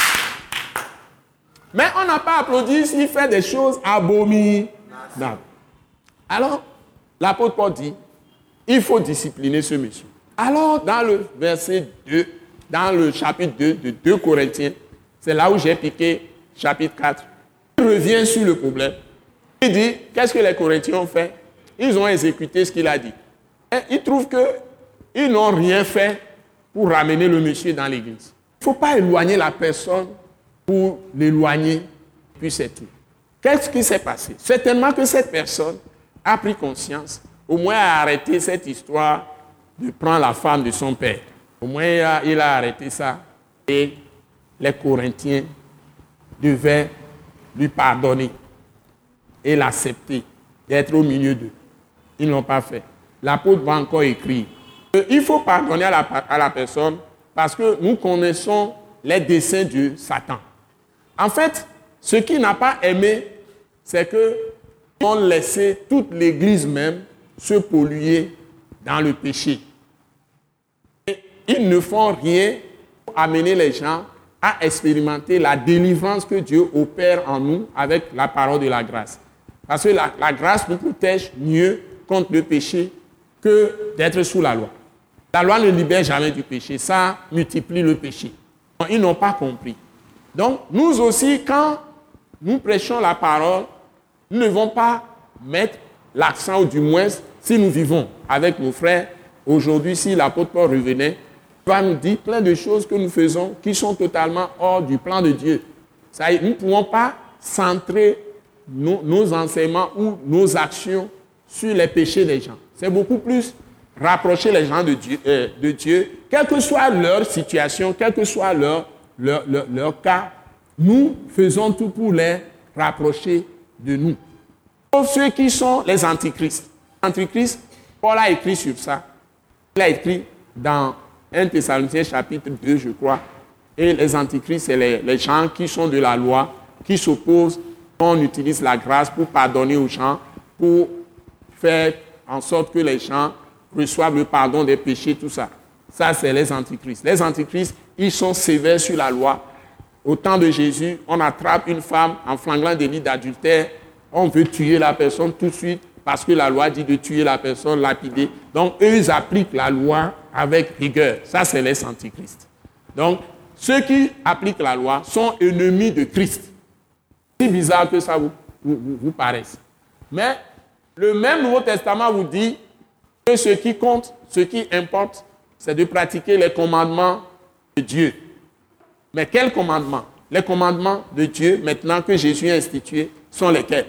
S2: Mais on n'a pas applaudi s'il fait des choses abominables. Alors, l'apôtre Paul dit, il faut discipliner ce monsieur. Alors, dans le verset deux, dans le chapitre deux de deux Corinthiens, c'est là où j'ai piqué chapitre quatre. Il revient sur le problème. Il dit, qu'est-ce que les Corinthiens ont fait? Ils ont exécuté ce qu'il a dit. Et ils trouvent qu'ils n'ont rien fait pour ramener le monsieur dans l'église. Il ne faut pas éloigner la personne pour l'éloigner, puis c'est tout. Qu'est-ce qui s'est passé? Certainement que cette personne a pris conscience, au moins a arrêté cette histoire de prendre la femme de son père. Au moins il a, il a arrêté ça et les Corinthiens devaient lui pardonner et l'accepter, d'être au milieu d'eux. Ils ne l'ont pas fait. L'apôtre va encore écrire. Il faut pardonner à la, à la personne parce que nous connaissons les desseins de Satan. En fait, ce qu'il n'a pas aimé, c'est qu'ils ont laissé toute l'Église même se polluer dans le péché. Et ils ne font rien pour amener les gens à expérimenter la délivrance que Dieu opère en nous avec la parole de la grâce. Parce que la, la grâce nous protège mieux contre le péché que d'être sous la loi. La loi ne libère jamais du péché, ça multiplie le péché. Ils n'ont pas compris. Donc, nous aussi, quand nous prêchons la parole, nous ne devons pas mettre l'accent, ou du moins, si nous vivons avec nos frères, aujourd'hui, si l'apôtre Paul revenait, il va nous dire plein de choses que nous faisons qui sont totalement hors du plan de Dieu. Ça, nous ne pouvons pas centrer nos, nos enseignements ou nos actions sur les péchés des gens. C'est beaucoup plus rapprocher les gens de Dieu, euh, de Dieu, quelle que soit leur situation, quel que soit leur, leur, leur, leur cas, nous faisons tout pour les rapprocher de nous. Sauf ceux qui sont les antichrists. Antichrist, Paul a écrit sur ça. Il a écrit dans un Thessaloniciens chapitre deux, je crois. Et les antichrists, c'est les, les gens qui sont de la loi, qui s'opposent. On utilise la grâce pour pardonner aux gens, pour faire en sorte que les gens reçoivent le pardon des péchés, tout ça. Ça, c'est les antichrists. Les antichrists, ils sont sévères sur la loi. Au temps de Jésus, on attrape une femme en flaglant délit d'adultère. On veut tuer la personne tout de suite parce que la loi dit de tuer la personne, lapider. Donc, eux, ils appliquent la loi avec rigueur. Ça, c'est les antichrists. Donc, ceux qui appliquent la loi sont ennemis de Christ. C'est bizarre que ça vous, vous, vous, vous paraisse. Mais le même Nouveau Testament vous dit que ce qui compte, ce qui importe, c'est de pratiquer les commandements de Dieu. Mais quels commandements? Les commandements de Dieu, maintenant que Jésus a institué, sont lesquels?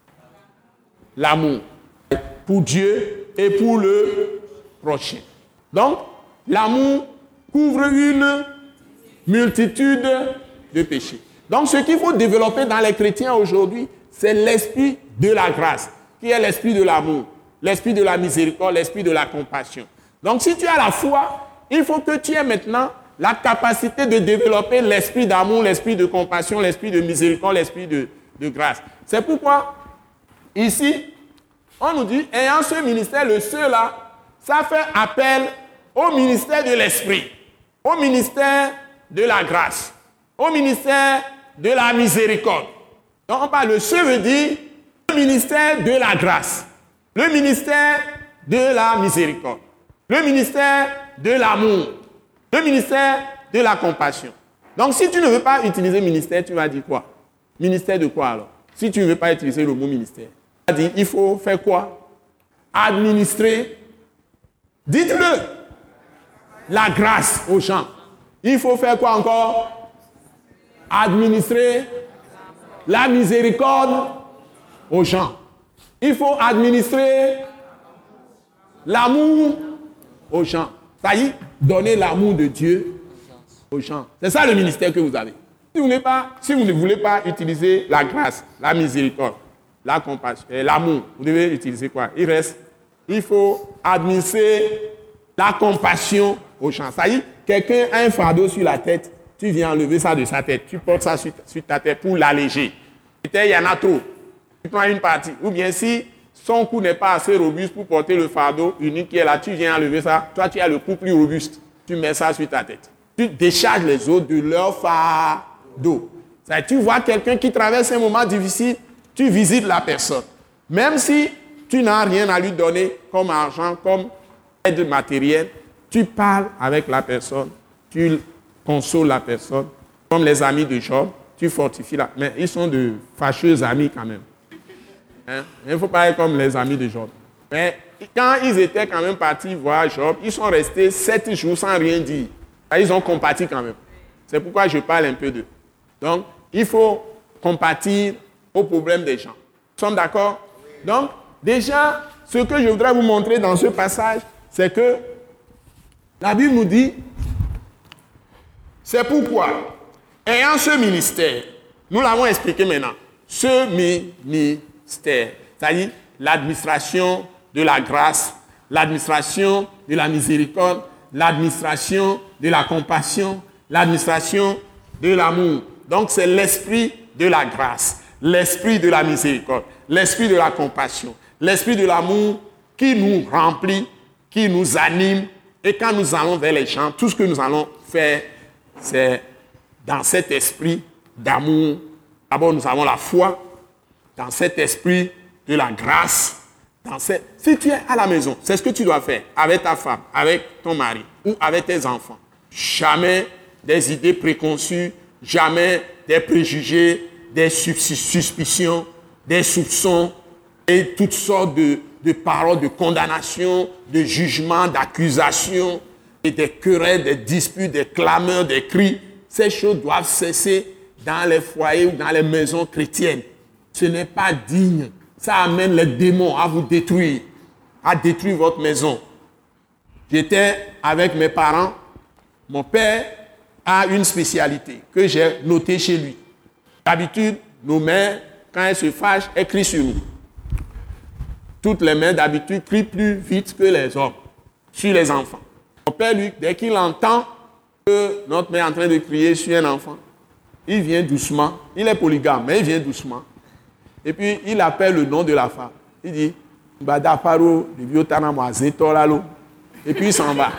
S2: L'amour pour Dieu et pour le prochain. Donc, l'amour couvre une multitude de péchés. Donc, ce qu'il faut développer dans les chrétiens aujourd'hui, c'est l'esprit de la grâce, qui est l'esprit de l'amour, l'esprit de la miséricorde, l'esprit de la compassion. Donc, si tu as la foi, il faut que tu aies maintenant la capacité de développer l'esprit d'amour, l'esprit de compassion, l'esprit de miséricorde, l'esprit de, de grâce. C'est pourquoi, ici, on nous dit, ayant ce ministère, le ceux-là, ça fait appel au ministère de l'esprit, au ministère de la grâce, au ministère de la miséricorde. Donc, on parle, le ceux veut dire le ministère de la grâce, le ministère de la miséricorde, le ministère de l'amour, le ministère de la compassion. Donc, si tu ne veux pas utiliser ministère, tu vas dire quoi? Ministère de quoi alors? Si tu ne veux pas utiliser le mot ministère, tu vas dire, il faut faire quoi? Administrer. Dites-le. La grâce aux gens. Il faut faire quoi encore? Administrer la miséricorde aux gens. Il faut administrer l'amour aux gens. Ça y est, donner l'amour de Dieu aux gens. C'est ça le ministère que vous avez. Si vous, pas, si vous ne voulez pas utiliser la grâce, la miséricorde, la compassion, l'amour, vous devez utiliser quoi? Il reste, il faut administrer la compassion aux gens. Ça y est, quelqu'un a un fardeau sur la tête, tu viens enlever ça de sa tête, tu portes ça sur, sur ta tête pour l'alléger. Peut-être il y en a trop, tu prends une partie. Ou bien si son cou n'est pas assez robuste pour porter le fardeau unique qui est là, tu viens enlever ça, toi tu as le cou plus robuste, tu mets ça sur ta tête. Tu décharges les autres de leur fardeau. Ça, tu vois quelqu'un qui traverse un moment difficile, tu visites la personne. Même si tu n'as rien à lui donner comme argent, comme aide matérielle, tu parles avec la personne, tu consoles la personne, comme les amis de Job, tu fortifies la... Mais ils sont de fâcheux amis quand même. Hein? Il ne faut pas être comme les amis de Job. Mais quand ils étaient quand même partis voir Job, ils sont restés sept jours sans rien dire. Ils ont compati quand même. C'est pourquoi je parle un peu d'eux. Donc, il faut compatir aux problèmes des gens. Nous sommes d'accord? Donc, déjà, ce que je voudrais vous montrer dans ce passage, c'est que la Bible nous dit, c'est pourquoi, ayant ce ministère, nous l'avons expliqué maintenant, ce ministère, c'est-à-dire l'administration de la grâce, l'administration de la miséricorde, l'administration de la compassion, l'administration de l'amour. Donc, c'est l'esprit de la grâce, l'esprit de la miséricorde, l'esprit de la compassion, l'esprit de l'amour qui nous remplit, qui nous anime. Et quand nous allons vers les gens, tout ce que nous allons faire, c'est dans cet esprit d'amour. D'abord, nous avons la foi, dans cet esprit de la grâce. Dans cette... Si tu es à la maison, c'est ce que tu dois faire avec ta femme, avec ton mari ou avec tes enfants. Jamais des idées préconçues, jamais des préjugés, des suspicions, des soupçons et toutes sortes de, de paroles de condamnation, de jugement, d'accusation, et des querelles, des disputes, des clameurs, des cris. Ces choses doivent cesser dans les foyers ou dans les maisons chrétiennes. Ce n'est pas digne. Ça amène les démons à vous détruire, à détruire votre maison. j'étais avec mes parents. Mon père a une spécialité que j'ai notée chez lui. D'habitude, nos mères, quand elles se fâchent, elles crient sur nous. Toutes les mères, d'habitude, crient plus vite que les hommes sur les enfants. Mon père, lui, dès qu'il entend que notre mère est en train de crier sur un enfant, il vient doucement. Il est polygame, mais il vient doucement. Et puis, il appelle le nom de la femme. Il dit, Bada Paro, le vieux Tanama, Zetoralo. Et puis, il s'en va.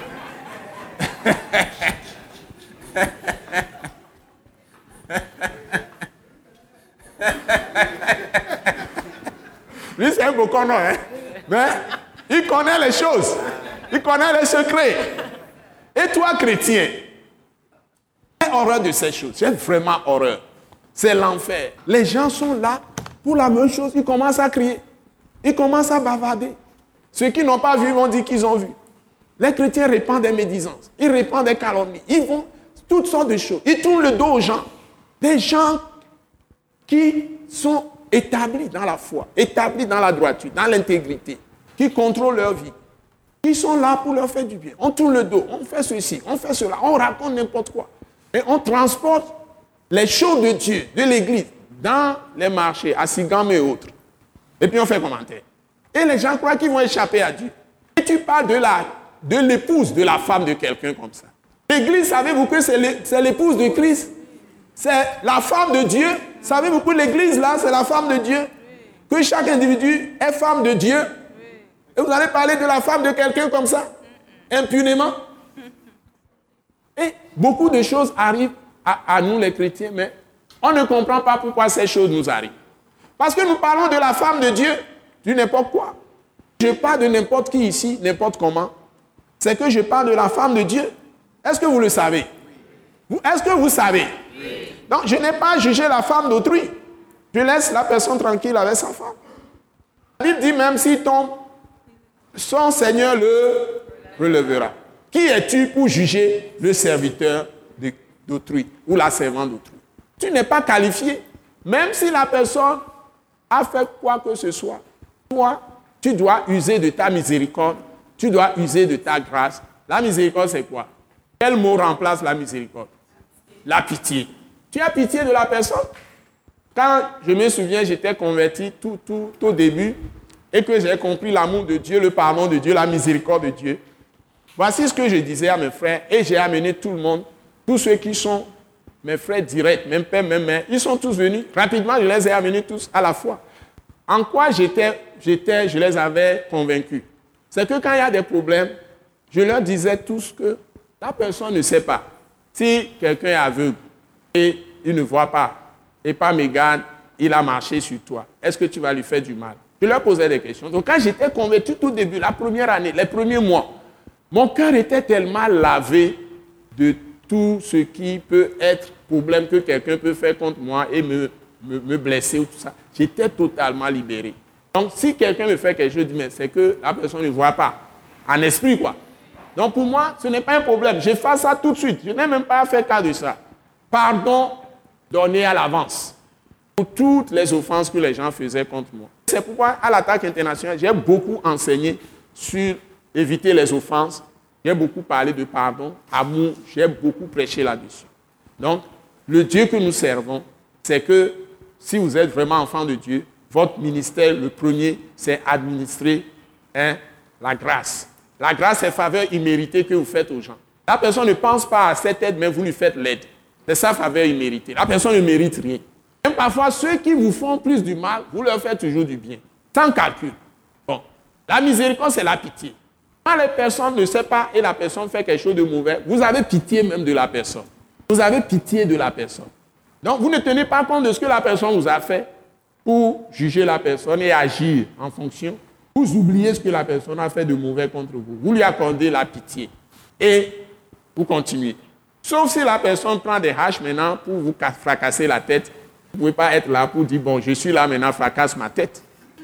S2: Lui, c'est un beau connard, hein? Mais il connaît les choses. Il connaît les secrets. Et toi, chrétien, j'ai horreur de ces choses. J'ai vraiment horreur. C'est l'enfer. Les gens sont là pour la même chose. Ils commencent à crier. Ils commencent à bavarder. Ceux qui n'ont pas vu vont dire qu'ils ont vu. Les chrétiens répandent des médisances. Ils répandent des calomnies. Ils font toutes sortes de choses. Ils tournent le dos aux gens. Des gens qui sont établis dans la foi, établis dans la droiture, dans l'intégrité, qui contrôlent leur vie. Ils sont là pour leur faire du bien. On tourne le dos, on fait ceci, on fait cela, on raconte n'importe quoi. Et on transporte les choses de Dieu, de l'Église, dans les marchés, à Sigam et autres. Et puis on fait commentaire. Et les gens croient qu'ils vont échapper à Dieu. Et tu parles de, la, de l'épouse, de la femme de quelqu'un comme ça. L'Église, savez-vous que c'est l'épouse de Christ? C'est la femme de Dieu. Savez-vous que l'Église, là, c'est la femme de Dieu? Que chaque individu est femme de Dieu. Et vous allez parler de la femme de quelqu'un comme ça, impunément. Et beaucoup de choses arrivent à, à nous, les chrétiens, mais on ne comprend pas pourquoi ces choses nous arrivent. Parce que nous parlons de la femme de Dieu, du n'importe quoi. Je parle de n'importe qui ici, n'importe comment. C'est que je parle de la femme de Dieu. Est-ce que vous le savez? Est-ce que vous savez? Donc, je n'ai pas jugé la femme d'autrui. Je laisse la personne tranquille avec sa femme. La Bible dit même s'il tombe, son Seigneur le relèvera. Qui es-tu pour juger le serviteur d'autrui ou la servante d'autrui? Tu n'es pas qualifié. Même si la personne a fait quoi que ce soit, toi, tu dois user de ta miséricorde, tu dois user de ta grâce. La miséricorde, c'est quoi? Quel mot remplace la miséricorde? La pitié. Tu as pitié de la personne? Quand je me souviens, j'étais converti tout, tout, tout au début et que j'ai compris l'amour de Dieu, le pardon de Dieu, la miséricorde de Dieu. Voici ce que je disais à mes frères et j'ai amené tout le monde, tous ceux qui sont mes frères directs, même père, même mère, ils sont tous venus. Rapidement, je les ai amenés tous à la fois. En quoi j'étais, j'étais, je les avais convaincus? C'est que quand il y a des problèmes, je leur disais tous que la personne ne sait pas. Si quelqu'un est aveugle et il ne voit pas, et par mégarde, il a marché sur toi, est-ce que tu vas lui faire du mal? Je leur posais des questions. Donc quand j'étais converti tout au début, la première année, les premiers mois, mon cœur était tellement lavé de tout ce qui peut être problème que quelqu'un peut faire contre moi et me, me, me blesser ou tout ça. J'étais totalement libéré. Donc si quelqu'un me fait quelque chose, je dis, mais c'est que la personne ne voit pas. En esprit, quoi. Donc pour moi, ce n'est pas un problème. Je fais ça tout de suite. Je n'ai même pas fait cas de ça. Pardon donné à l'avance pour toutes les offenses que les gens faisaient contre moi. C'est pourquoi à l'attaque internationale, j'ai beaucoup enseigné sur éviter les offenses. J'ai beaucoup parlé de pardon, amour. J'ai beaucoup prêché là-dessus. Donc, le Dieu que nous servons, c'est que si vous êtes vraiment enfant de Dieu, votre ministère, le premier, c'est administrer hein, la grâce. La grâce, c'est faveur imméritée que vous faites aux gens. La personne ne pense pas à cette aide, mais vous lui faites l'aide. C'est sa faveur imméritée. La personne ne mérite rien. Même parfois, ceux qui vous font plus du mal, vous leur faites toujours du bien. Sans calcul. Bon. La miséricorde, c'est la pitié. Quand les personnes ne savent pas et la personne fait quelque chose de mauvais, vous avez pitié même de la personne. Vous avez pitié de la personne. Donc, vous ne tenez pas compte de ce que la personne vous a fait pour juger la personne et agir en fonction. Vous oubliez ce que la personne a fait de mauvais contre vous. Vous lui accordez la pitié. Et vous continuez. Sauf si la personne prend des haches maintenant pour vous fracasser la tête. Vous ne pouvez pas être là pour dire, bon, je suis là maintenant, fracasse ma tête.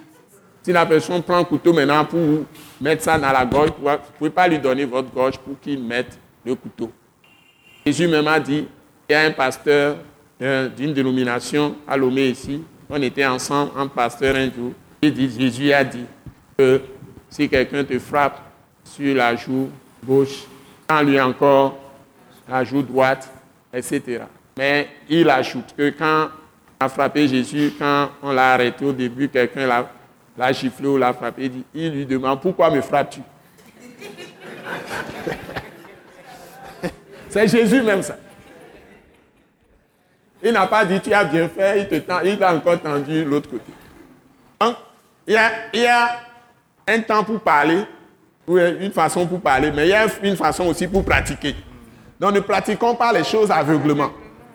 S2: Si la personne prend un couteau maintenant pour vous mettre ça dans la gorge, vous ne pouvez pas lui donner votre gorge pour qu'il mette le couteau. Jésus même a dit, il y a un pasteur d'une dénomination à Lomé ici, on était ensemble, un pasteur un jour, il dit, Jésus a dit que si quelqu'un te frappe sur la joue, gauche, quand lui encore la joue droite, et cetera. Mais il ajoute que quand on a frappé Jésus, quand on l'a arrêté au début, quelqu'un l'a, l'a giflé ou l'a frappé, il, dit, il lui demande « Pourquoi me frappes-tu » C'est Jésus même ça. Il n'a pas dit « Tu as bien fait », il, te tend, il a encore tendu l'autre côté. Donc, il y, a, il y a un temps pour parler, ou une façon pour parler, mais il y a une façon aussi pour pratiquer. Donc, ne pratiquons pas les choses aveuglement.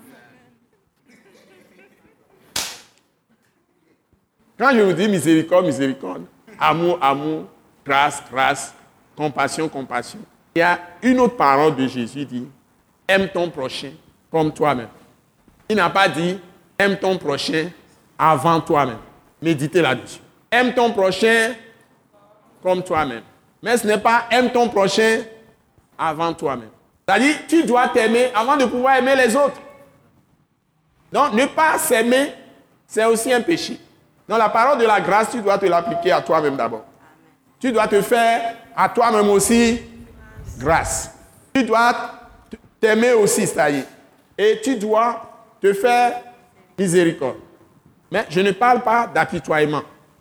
S2: Quand je vous dis miséricorde, miséricorde, amour, amour, grâce, grâce, compassion, compassion, il y a une autre parole de Jésus dit « Aime ton prochain comme toi-même ». Il n'a pas dit « Aime ton prochain avant toi-même ». Méditez là-dessus. Aime ton prochain comme toi-même. Mais ce n'est pas « Aime ton prochain avant toi-même ». C'est-à-dire, tu dois t'aimer avant de pouvoir aimer les autres. Donc, ne pas s'aimer, c'est aussi un péché. Dans la parole de la grâce, tu dois te l'appliquer à toi-même d'abord. Tu dois te faire à toi-même aussi grâce. Tu dois t'aimer aussi, c'est-à-dire. Et tu dois te faire miséricorde. Mais je ne parle pas d'apitoiement.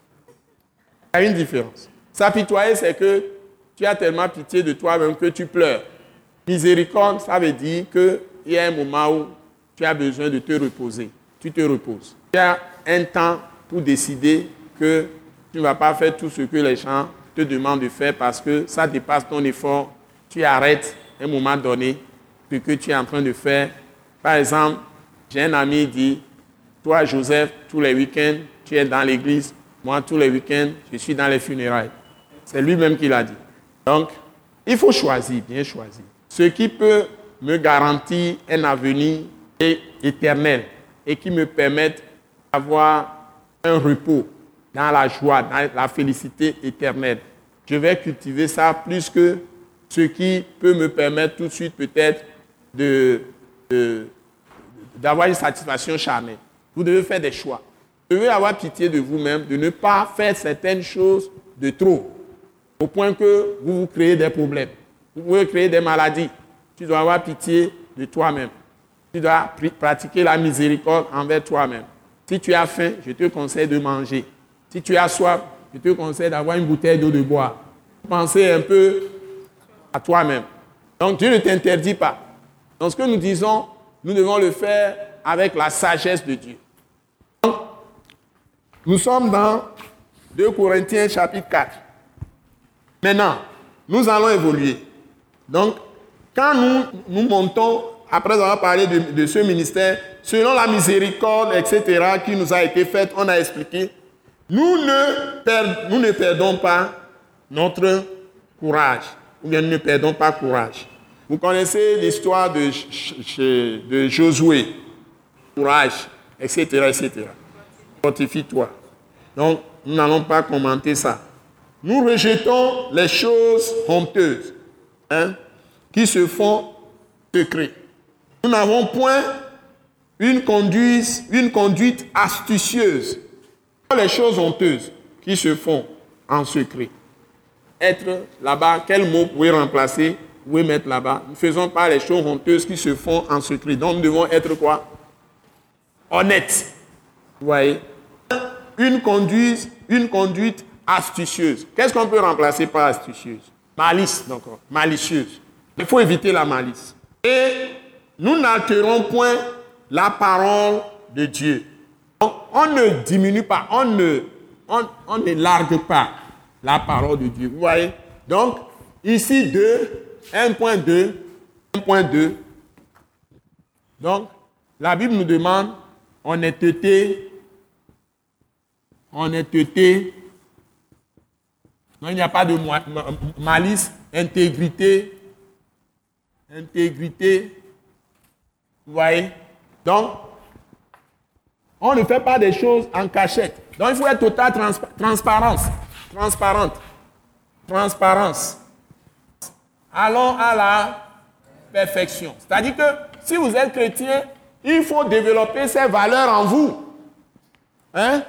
S2: Il y a une différence. S'apitoyer, c'est que tu as tellement pitié de toi-même que tu pleures. Miséricorde, ça veut dire qu'il y a un moment où tu as besoin de te reposer. Tu te reposes. Tu as un temps pour décider que tu ne vas pas faire tout ce que les gens te demandent de faire parce que ça dépasse ton effort. Tu arrêtes à un moment donné ce que tu es en train de faire. Par exemple, j'ai un ami qui dit, toi Joseph, tous les week-ends, tu es dans l'église. Moi, tous les week-ends, je suis dans les funérailles. C'est lui-même qui l'a dit. Donc, il faut choisir, bien choisir. Ce qui peut me garantir un avenir éternel et qui me permette d'avoir un repos dans la joie, dans la félicité éternelle. Je vais cultiver ça plus que ce qui peut me permettre tout de suite peut-être de, de, d'avoir une satisfaction charnelle. Vous devez faire des choix. Vous devez avoir pitié de vous-même, de ne pas faire certaines choses de trop, au point que vous vous créez des problèmes. Vous pouvez créer des maladies. Tu dois avoir pitié de toi-même. Tu dois pr- pratiquer la miséricorde envers toi-même. Si tu as faim, je te conseille de manger. Si tu as soif, je te conseille d'avoir une bouteille d'eau de boire. Pensez un peu à toi-même. Donc Dieu ne t'interdit pas. Donc ce que nous disons, nous devons le faire avec la sagesse de Dieu. Donc, nous sommes dans deux Corinthiens chapitre quatre. Maintenant, nous allons évoluer. Donc, quand nous, nous montons, après avoir parlé de, de ce ministère, selon la miséricorde, et cetera, qui nous a été faite, on a expliqué, nous ne, per, nous ne perdons pas notre courage, ou bien nous ne perdons pas courage. Vous connaissez l'histoire de, de Josué, courage, et cetera, et cetera. Fortifie-toi. Donc, nous n'allons pas commenter ça. Nous rejetons les choses honteuses, hein, qui se font secrets. Nous n'avons point une conduite, une conduite astucieuse. Les choses honteuses qui se font en secret. Être là-bas, quel mot vous pouvez remplacer, vous pouvez mettre là-bas. Ne faisons pas les choses honteuses qui se font en secret. Donc nous devons être quoi? Honnêtes. Vous voyez? Une conduite, une conduite astucieuse. Qu'est-ce qu'on peut remplacer par astucieuse? Malice, donc, malicieuse. Il faut éviter la malice. Et nous n'altérons point la parole de Dieu. Donc, on ne diminue pas, on ne, on, on ne largue pas la parole de Dieu. Vous voyez? Donc, ici, deux, un point deux, un point deux. Donc, la Bible nous demande honnêteté, honnêteté. Non, il n'y a pas de malice, intégrité, intégrité. Vous voyez? Donc, on ne fait pas des choses en cachette. Donc, il faut être total transpa- transparence. Transparente. Transparence. Allons à la perfection. C'est-à-dire que si vous êtes chrétien, il faut développer ces valeurs en vous. Hein?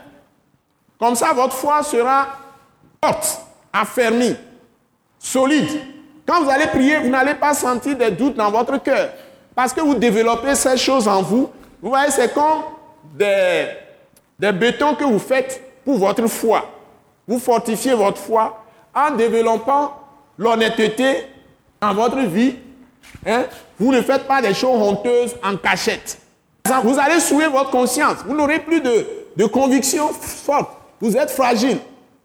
S2: Comme ça, votre foi sera forte, affermie, solide. Quand vous allez prier, vous n'allez pas sentir des doutes dans votre cœur. Parce que vous développez ces choses en vous. Vous voyez, c'est comme des, des bétons que vous faites pour votre foi. Vous fortifiez votre foi en développant l'honnêteté dans votre vie. Hein? Vous ne faites pas des choses honteuses en cachette. Vous allez souiller votre conscience. Vous n'aurez plus de, de conviction forte. Vous êtes fragile.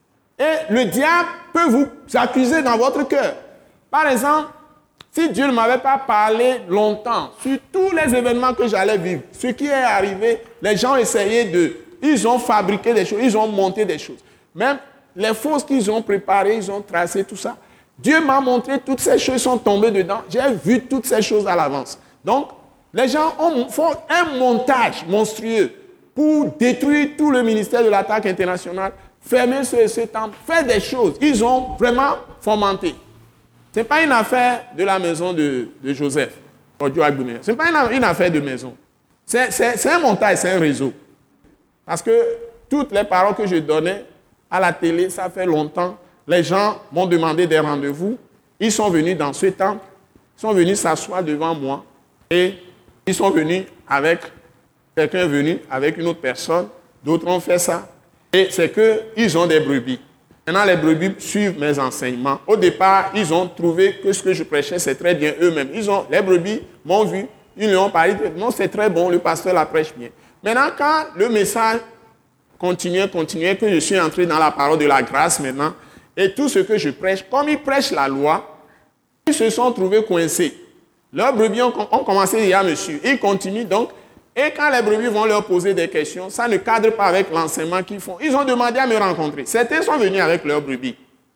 S2: Et le diable peut vous accuser dans votre cœur. Par exemple, si Dieu ne m'avait pas parlé longtemps sur tous les événements que j'allais vivre, ce qui est arrivé, les gens essayaient de... Ils ont fabriqué des choses, ils ont monté des choses. Même les fausses qu'ils ont préparées, ils ont tracé tout ça. Dieu m'a montré toutes ces choses, sont tombées dedans. J'ai vu toutes ces choses à l'avance. Donc, les gens ont, font un montage monstrueux pour détruire tout le ministère de l'attaque internationale, fermer ce, ce temple, faire des choses. Ils ont vraiment fomenté. Ce n'est pas une affaire de la maison de, de Joseph. Ce n'est pas une, une affaire de maison. C'est, c'est, c'est un montage, c'est un réseau. Parce que toutes les paroles que je donnais à la télé, ça fait longtemps. Les gens m'ont demandé des rendez-vous. Ils sont venus dans ce temple. Ils sont venus s'asseoir devant moi. Et ils sont venus avec... Quelqu'un est venu avec une autre personne. D'autres ont fait ça. Et c'est qu'ils ont des brebis. Maintenant, les brebis suivent mes enseignements. Au départ, ils ont trouvé que ce que je prêchais, c'est très bien eux-mêmes. Ils ont, les brebis m'ont vu, ils lui ont parlé. Non, c'est très bon, le pasteur la prêche bien. Maintenant, quand le message continuait, continuait, que je suis entré dans la parole de la grâce maintenant, et tout ce que je prêche, comme ils prêchent la loi, ils se sont trouvés coincés. Leurs brebis ont, ont commencé à dire, monsieur, ils continuent donc. Et quand les brebis vont leur poser des questions, ça ne cadre pas avec l'enseignement qu'ils font. Ils ont demandé à me rencontrer. Certains sont venus avec leurs brebis.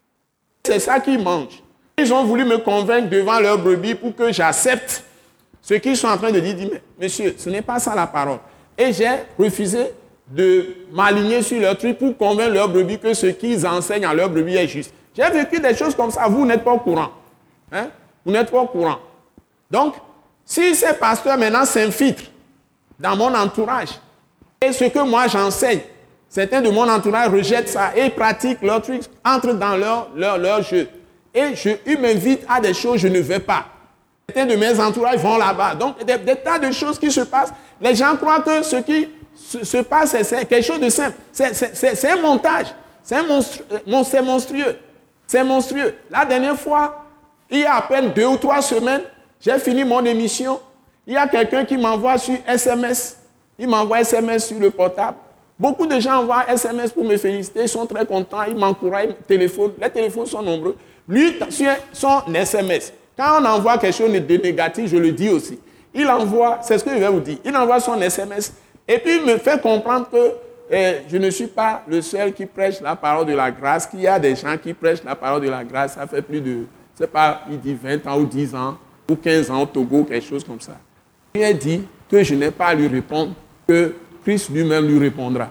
S2: C'est ça qu'ils mangent. Ils ont voulu me convaincre devant leurs brebis pour que j'accepte ce qu'ils sont en train de dire. Dis, mais monsieur, ce n'est pas ça la parole. Et j'ai refusé de m'aligner sur leur truc pour convaincre leurs brebis que ce qu'ils enseignent à leurs brebis est juste. J'ai vécu des choses comme ça. Vous n'êtes pas au courant. Hein? Vous n'êtes pas au courant. Donc, si ces pasteurs maintenant s'infiltrent dans mon entourage, et ce que moi j'enseigne, certains de mon entourage rejettent ça et pratiquent leur truc, entrent dans leur, leur, leur jeu. Et je, ils m'invitent à des choses, je ne vais pas. Certains de mes entourages vont là-bas. Donc, des, des tas de choses qui se passent. Les gens croient que ce qui se, se passe, c'est, c'est quelque chose de simple. C'est, c'est, c'est, c'est un montage. C'est, un monstru, c'est monstrueux. C'est monstrueux. La dernière fois, il y a à peine deux ou trois semaines, j'ai fini mon émission. Il y a quelqu'un qui m'envoie sur S M S. Il m'envoie S M S sur le portable. Beaucoup de gens envoient S M S pour me féliciter. Ils sont très contents. Ils m'encouragent. Ils téléphonent. Les téléphones sont nombreux. Lui, sur son S M S, quand on envoie quelque chose de négatif, je le dis aussi. Il envoie, c'est ce que je vais vous dire, il envoie son S M S et puis il me fait comprendre que eh, je ne suis pas le seul qui prêche la parole de la grâce, qu'il y a des gens qui prêchent la parole de la grâce. Ça fait plus de, je ne sais pas, il dit vingt ans ou dix ans ou quinze ans au Togo, quelque chose comme ça. Il a dit que je n'ai pas à lui répondre, que Christ lui-même lui répondra.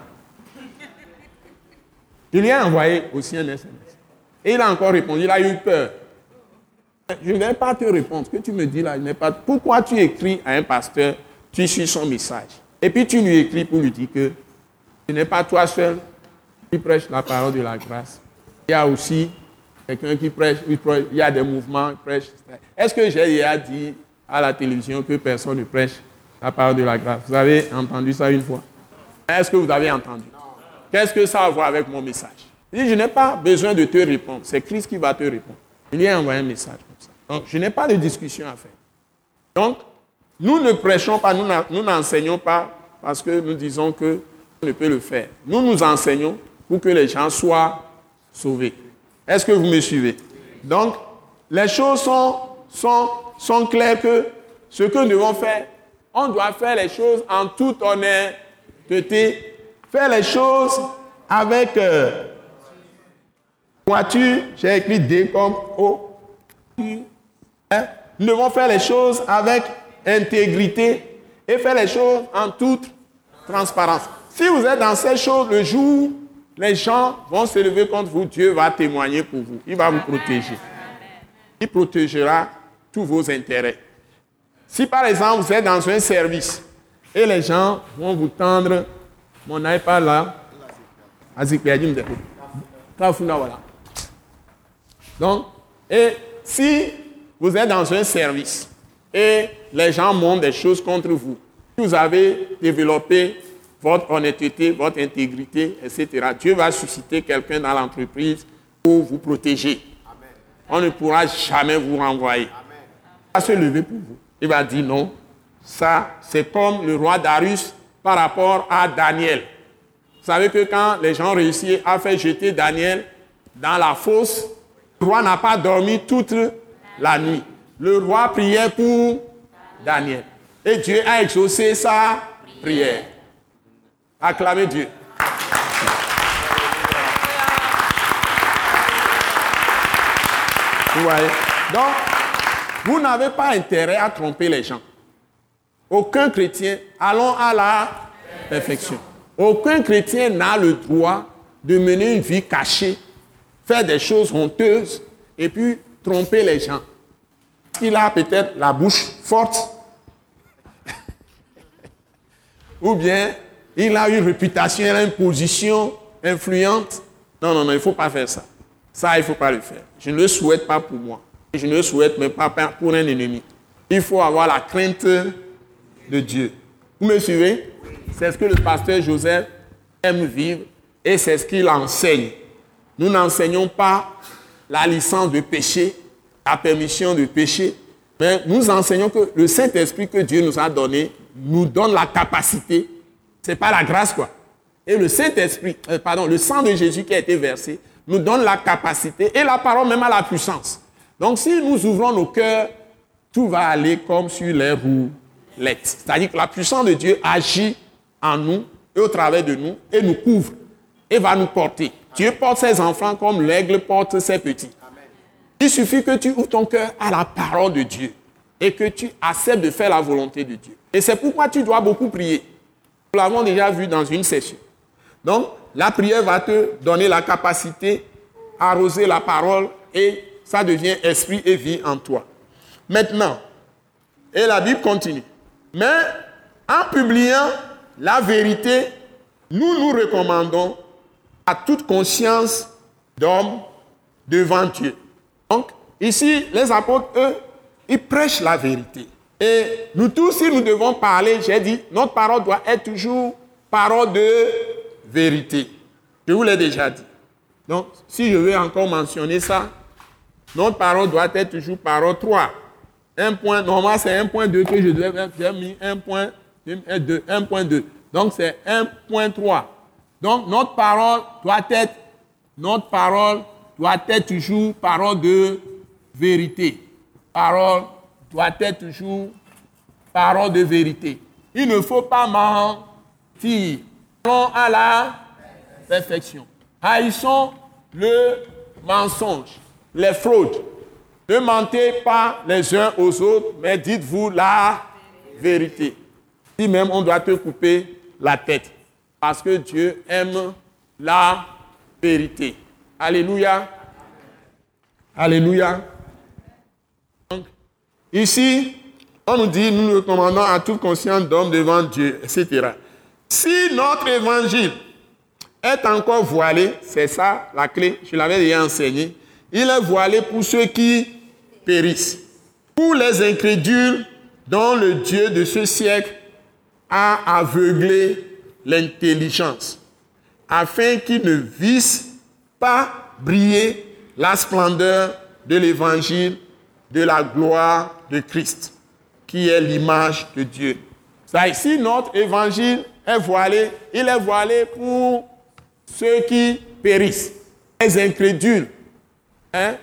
S2: Il lui a envoyé aussi un S M S. Et il a encore répondu, il a eu peur. Je ne vais pas te répondre. Ce que tu me dis là, je n'ai pas... Pourquoi tu écris à un pasteur, tu suis son message, et puis tu lui écris pour lui dire que ce n'est pas toi seul qui prêche la parole de la grâce. Il y a aussi quelqu'un qui prêche, il y a des mouvements qui prêchent. Est-ce que j'ai déjà dit à la télévision que personne ne prêche la parole de la grâce? Vous avez entendu ça une fois? Est-ce que vous avez entendu? Qu'est-ce que ça a à voir avec mon message? Je dis, je n'ai pas besoin de te répondre. C'est Christ qui va te répondre. Il lui a envoyé un message comme ça. Donc, je n'ai pas de discussion à faire. Donc, nous ne prêchons pas, nous, nous n'enseignons pas parce que nous disons qu'on ne peut le faire. Nous nous enseignons pour que les gens soient sauvés. Est-ce que vous me suivez? Donc, les choses sont, sont, sont claires que ce que nous devons faire, on doit faire les choses en toute honnêteté, faire les choses avec euh, voiture, j'ai écrit D comme O. Hein? Nous devons faire les choses avec intégrité et faire les choses en toute transparence. Si vous êtes dans ces choses, le jour, les gens vont se lever contre vous, Dieu va témoigner pour vous. Il va vous protéger. Il protégera tous vos intérêts. Si par exemple vous êtes dans un service et les gens vont vous tendre mon iPad là, donc, et si vous êtes dans un service et les gens montrent des choses contre vous. Vous avez développé votre honnêteté, votre intégrité, et cetera. Dieu va susciter quelqu'un dans l'entreprise pour vous protéger. Amen. On ne pourra jamais vous renvoyer. Amen. Il va se lever pour vous. Il va dire non. Ça, c'est comme le roi Darius par rapport à Daniel. Vous savez que quand les gens réussissent à faire jeter Daniel dans la fosse, le roi n'a pas dormi toute la nuit. Le roi priait pour Daniel. Et Dieu a exaucé sa prière. Acclamez Dieu. Vous voyez? Donc, vous n'avez pas intérêt à tromper les gens. Aucun chrétien, allons à la perfection. Aucun chrétien n'a le droit de mener une vie cachée, faire des choses honteuses et puis tromper les gens. Il a peut-être la bouche forte ou bien il a une réputation, il a une position influente. Non, non, non, il ne faut pas faire ça. Ça, il ne faut pas le faire. Je ne le souhaite pas pour moi. Je ne le souhaite même pas pour un ennemi. Il faut avoir la crainte de Dieu. Vous me suivez? C'est ce que le pasteur Joseph aime vivre et c'est ce qu'il enseigne. Nous n'enseignons pas la licence de péché, la permission de péché, mais nous enseignons que le Saint-Esprit que Dieu nous a donné nous donne la capacité. C'est pas la grâce, quoi. Et le Saint-Esprit, euh, pardon, le sang de Jésus qui a été versé nous donne la capacité et la parole même à la puissance. Donc si nous ouvrons nos cœurs, tout va aller comme sur les roulettes. C'est-à-dire que la puissance de Dieu agit en nous et au travers de nous et nous couvre et va nous porter. Amen. Dieu porte ses enfants comme l'aigle porte ses petits. Amen. Il suffit que tu ouvres ton cœur à la parole de Dieu et que tu acceptes de faire la volonté de Dieu. Et c'est pourquoi tu dois beaucoup prier. Nous l'avons déjà vu dans une session. Donc, la prière va te donner la capacité à arroser la parole et ça devient esprit et vie en toi. Maintenant, et la Bible continue. Mais en publiant la vérité, nous nous recommandons à toute conscience d'homme devant Dieu. Donc, ici, les apôtres, eux, ils prêchent la vérité. Et nous tous, si nous devons parler, j'ai dit, notre parole doit être toujours parole de vérité. Je vous l'ai déjà dit. Donc, si je veux encore mentionner ça, notre parole doit être toujours parole trois. Un point, normalement, c'est un point deux que je devais faire. J'ai mis un point deux, un point deux. Donc, c'est un point trois. Donc, notre parole doit être, notre parole doit être toujours parole de vérité. Parole doit être toujours parole de vérité. Il ne faut pas mentir. Allons à la perfection. Haïssons le mensonge, les fraudes. Ne mentez pas les uns aux autres, mais dites-vous la vérité. Si même on doit te couper la tête, parce que Dieu aime la vérité. Alléluia. Alléluia. Donc, ici, on nous dit, nous nous recommandons à toute conscience d'homme devant Dieu, et cetera. Si notre évangile est encore voilé, c'est ça la clé, je l'avais déjà enseigné, il est voilé pour ceux qui périssent, pour les incrédules dont le Dieu de ce siècle a aveuglé l'intelligence, afin qu'ils ne vissent pas briller la splendeur de l'évangile de la gloire de Christ, qui est l'image de Dieu. Ça, ici, notre évangile est voilé, il est voilé pour ceux qui périssent, les incrédules, hein,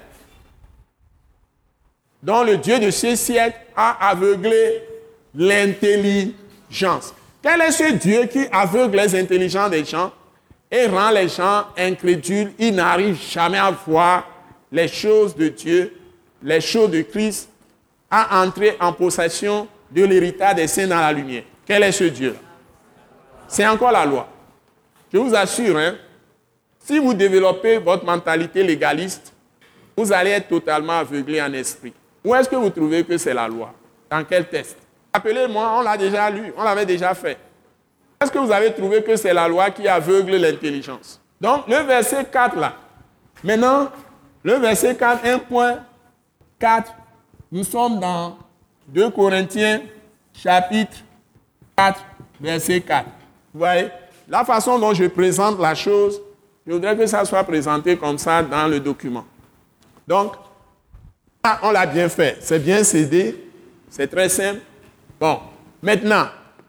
S2: dont le Dieu de ce siècle a aveuglé l'intelligence. Quel est ce Dieu qui aveugle les intelligences des gens et rend les gens incrédules? Ils n'arrivent jamais à voir les choses de Dieu, les choses de Christ, à entrer en possession de l'héritage des saints dans la lumière. Quel est ce Dieu-là? C'est encore la loi. Je vous assure, hein, si vous développez votre mentalité légaliste, vous allez être totalement aveuglé en esprit. Où est-ce que vous trouvez que c'est la loi? Dans quel texte? Appelez-moi, on l'a déjà lu, on l'avait déjà fait. Est-ce que vous avez trouvé que c'est la loi qui aveugle l'intelligence? Donc, le verset quatre là. Maintenant, le verset quatre, un point quatre Nous sommes dans deux Corinthiens, chapitre quatre, verset quatre. Vous voyez, la façon dont je présente la chose, je voudrais que ça soit présenté comme ça dans le document. Donc, là, on l'a bien fait. C'est bien cédé. C'est très simple. Bon, maintenant,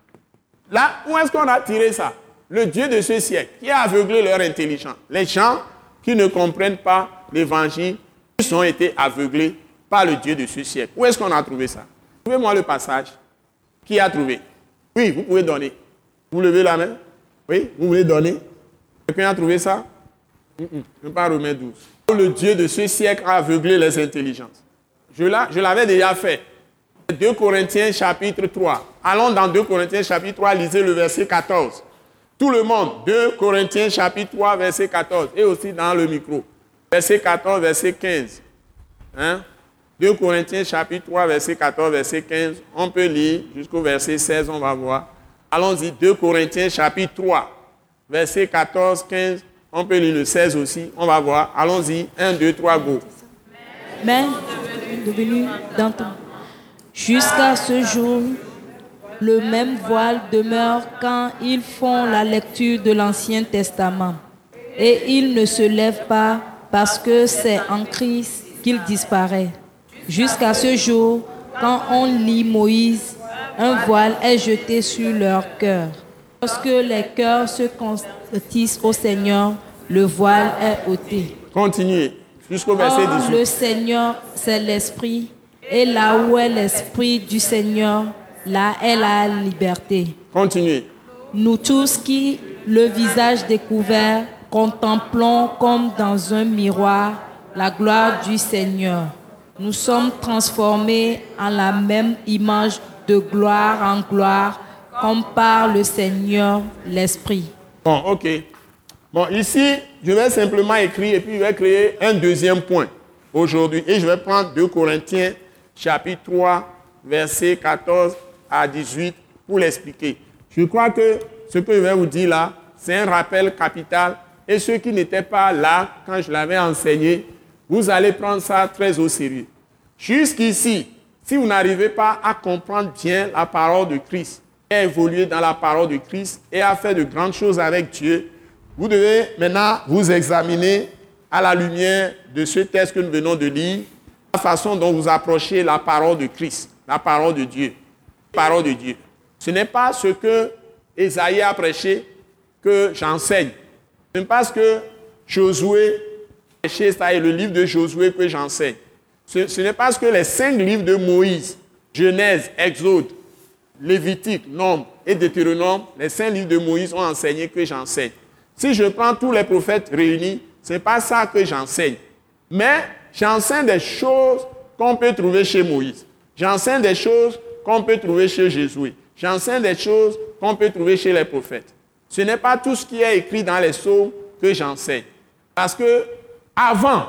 S2: là, où est-ce qu'on a tiré ça? Le Dieu de ce siècle, qui a aveuglé leur intelligence. Les gens qui ne comprennent pas l'évangile, ils ont été aveuglés par le Dieu de ce siècle. Où est-ce qu'on a trouvé ça? Trouvez-moi le passage. Qui a trouvé? Oui, vous pouvez donner. Vous levez la main? Oui, vous voulez donner? Quelqu'un a trouvé ça? Mm-mm. Je ne vais pas remettre douze. Le Dieu de ce siècle a aveuglé les intelligences. Je, l'a, je l'avais déjà fait. deux Corinthiens chapitre trois. Allons dans deux Corinthiens chapitre trois, lisez le verset quatorze. Tout le monde, deux Corinthiens chapitre trois, verset quatorze. Et aussi dans le micro. Verset quatorze, verset quinze. Hein? deux Corinthiens chapitre trois, verset quatorze, verset quinze. On peut lire jusqu'au verset seize, on va voir. Allons-y, deux Corinthiens chapitre trois, verset quatorze, quinze. On peut lire le seize aussi, on va voir. Allons-y, un, deux, trois, go.
S3: Mais, devenu dans ton... Jusqu'à ce jour, le même voile demeure quand ils font la lecture de l'Ancien Testament. Et il ne se lève pas parce que c'est en Christ qu'il disparaît. Jusqu'à ce jour, quand on lit Moïse, un voile est jeté sur leur cœur. Lorsque les cœurs se convertissent au Seigneur, le voile est ôté.
S2: Continuez jusqu'au verset
S3: Or,
S2: dix-huit.
S3: le Seigneur, c'est l'Esprit. Et là où est l'Esprit du Seigneur, là est la liberté.
S2: Continuez.
S3: Nous tous qui, le visage découvert, contemplons comme dans un miroir la gloire du Seigneur. Nous sommes transformés en la même image de gloire en gloire, comme par le Seigneur l'Esprit.
S2: Bon, ok. Bon, ici, je vais simplement écrire et puis je vais créer un deuxième point aujourd'hui. Et je vais prendre deux Corinthiens, chapitre trois, versets quatorze à dix-huit pour l'expliquer. Je crois que ce que je vais vous dire là, c'est un rappel capital. Et ceux qui n'étaient pas là quand je l'avais enseigné, vous allez prendre ça très au sérieux. Jusqu'ici, si vous n'arrivez pas à comprendre bien la parole de Christ, à évoluer dans la parole de Christ et à faire de grandes choses avec Dieu, vous devez maintenant vous examiner à la lumière de ce texte que nous venons de lire, la façon dont vous approchez la parole de Christ, la parole de Dieu. La parole de Dieu. Ce n'est pas ce que Ésaïe a prêché que j'enseigne. Ce n'est pas ce que Josué a prêché, ça est le livre de Josué que j'enseigne. Ce, ce n'est pas ce que les cinq livres de Moïse, Genèse, Exode, Lévitique, Nombre et Deutéronome, les cinq livres de Moïse ont enseigné que j'enseigne. Si je prends tous les prophètes réunis, ce n'est pas ça que j'enseigne. Mais j'enseigne des choses qu'on peut trouver chez Moïse. J'enseigne des choses qu'on peut trouver chez Jésus. J'enseigne des choses qu'on peut trouver chez les prophètes. Ce n'est pas tout ce qui est écrit dans les psaumes que j'enseigne. Parce que avant,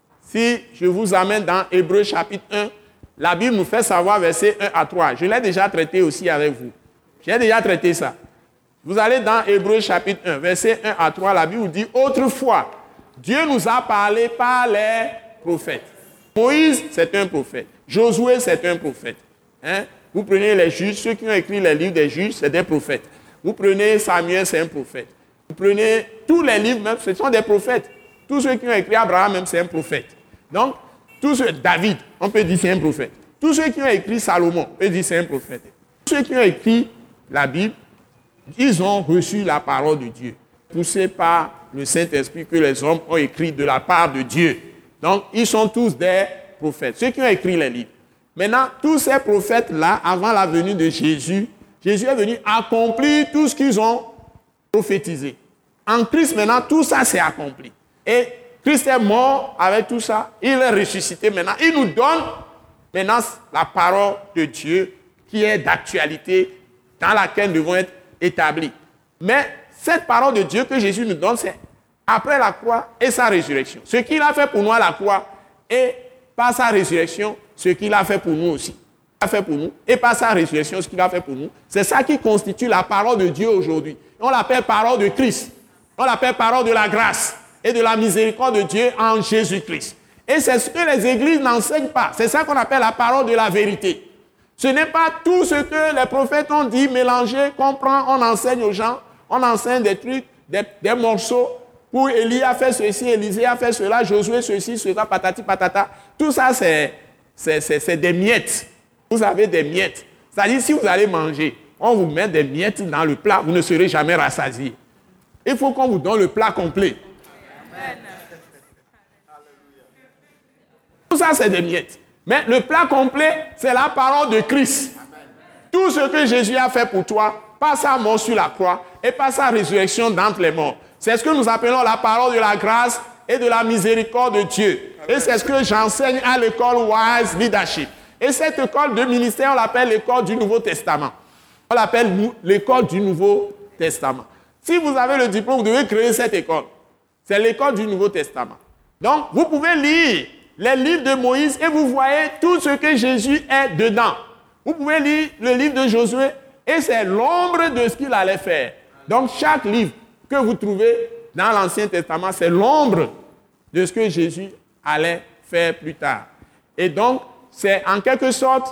S2: si je vous amène dans Hébreux chapitre un, la Bible nous fait savoir versets un à trois. Je l'ai déjà traité aussi avec vous. J'ai déjà traité ça. Vous allez dans Hébreux chapitre un, versets un à trois, la Bible vous dit « Autrefois, Dieu nous a parlé par les prophètes. » Moïse, c'est un prophète. Josué, c'est un prophète. Hein? Vous prenez les juges, ceux qui ont écrit les livres des juges, c'est des prophètes. Vous prenez Samuel, c'est un prophète. Vous prenez tous les livres, même, ce sont des prophètes. Tous ceux qui ont écrit Abraham, même, c'est un prophète. Donc, tous ceux, David, on peut dire c'est un prophète. Tous ceux qui ont écrit Salomon, on peut dire c'est un prophète. Tous ceux qui ont écrit la Bible, ils ont reçu la parole de Dieu, poussés par le Saint-Esprit que les hommes ont écrit de la part de Dieu. Donc, ils sont tous des prophètes, ceux qui ont écrit les livres. Maintenant, tous ces prophètes-là, avant la venue de Jésus, Jésus est venu accomplir tout ce qu'ils ont prophétisé. En Christ, maintenant, tout ça s'est accompli. Et Christ est mort avec tout ça, il est ressuscité maintenant. Il nous donne maintenant la parole de Dieu qui est d'actualité, dans laquelle nous devons être établis. Mais cette parole de Dieu que Jésus nous donne, c'est après la croix et sa résurrection. Ce qu'il a fait pour nous à la croix et par sa résurrection, ce qu'il a fait pour nous aussi. Ce qu'il a fait pour nous et par sa résurrection, ce qu'il a fait pour nous. C'est ça qui constitue la parole de Dieu aujourd'hui. On l'appelle parole de Christ. On l'appelle parole de la grâce et de la miséricorde de Dieu en Jésus-Christ. Et c'est ce que les églises n'enseignent pas. C'est ça qu'on appelle la parole de la vérité. Ce n'est pas tout ce que les prophètes ont dit, mélangé, qu'on prend, on enseigne aux gens, on enseigne des trucs, des, des morceaux, pour Élie a fait ceci, Élisée a fait cela, Josué ceci, cela, patati patata. Tout ça, c'est, c'est, c'est, c'est des miettes. Vous avez des miettes. C'est-à-dire, si vous allez manger, on vous met des miettes dans le plat, vous ne serez jamais rassasié. Il faut qu'on vous donne le plat complet. Amen. Tout ça, c'est des miettes. Mais le plat complet, c'est la parole de Christ. Amen. Tout ce que Jésus a fait pour toi, par sa mort sur la croix et par sa résurrection d'entre les morts. C'est ce que nous appelons la parole de la grâce et de la miséricorde de Dieu. Amen. Et c'est ce que j'enseigne à l'école Wise Leadership. Et cette école de ministère, on l'appelle l'école du Nouveau Testament. On l'appelle l'école du Nouveau Testament. Si vous avez le diplôme, vous devez créer cette école. C'est l'école du Nouveau Testament. Donc, vous pouvez lire les livres de Moïse et vous voyez tout ce que Jésus est dedans. Vous pouvez lire le livre de Josué et c'est l'ombre de ce qu'il allait faire. Donc, chaque livre que vous trouvez dans l'Ancien Testament, c'est l'ombre de ce que Jésus allait faire plus tard. Et donc, c'est en quelque sorte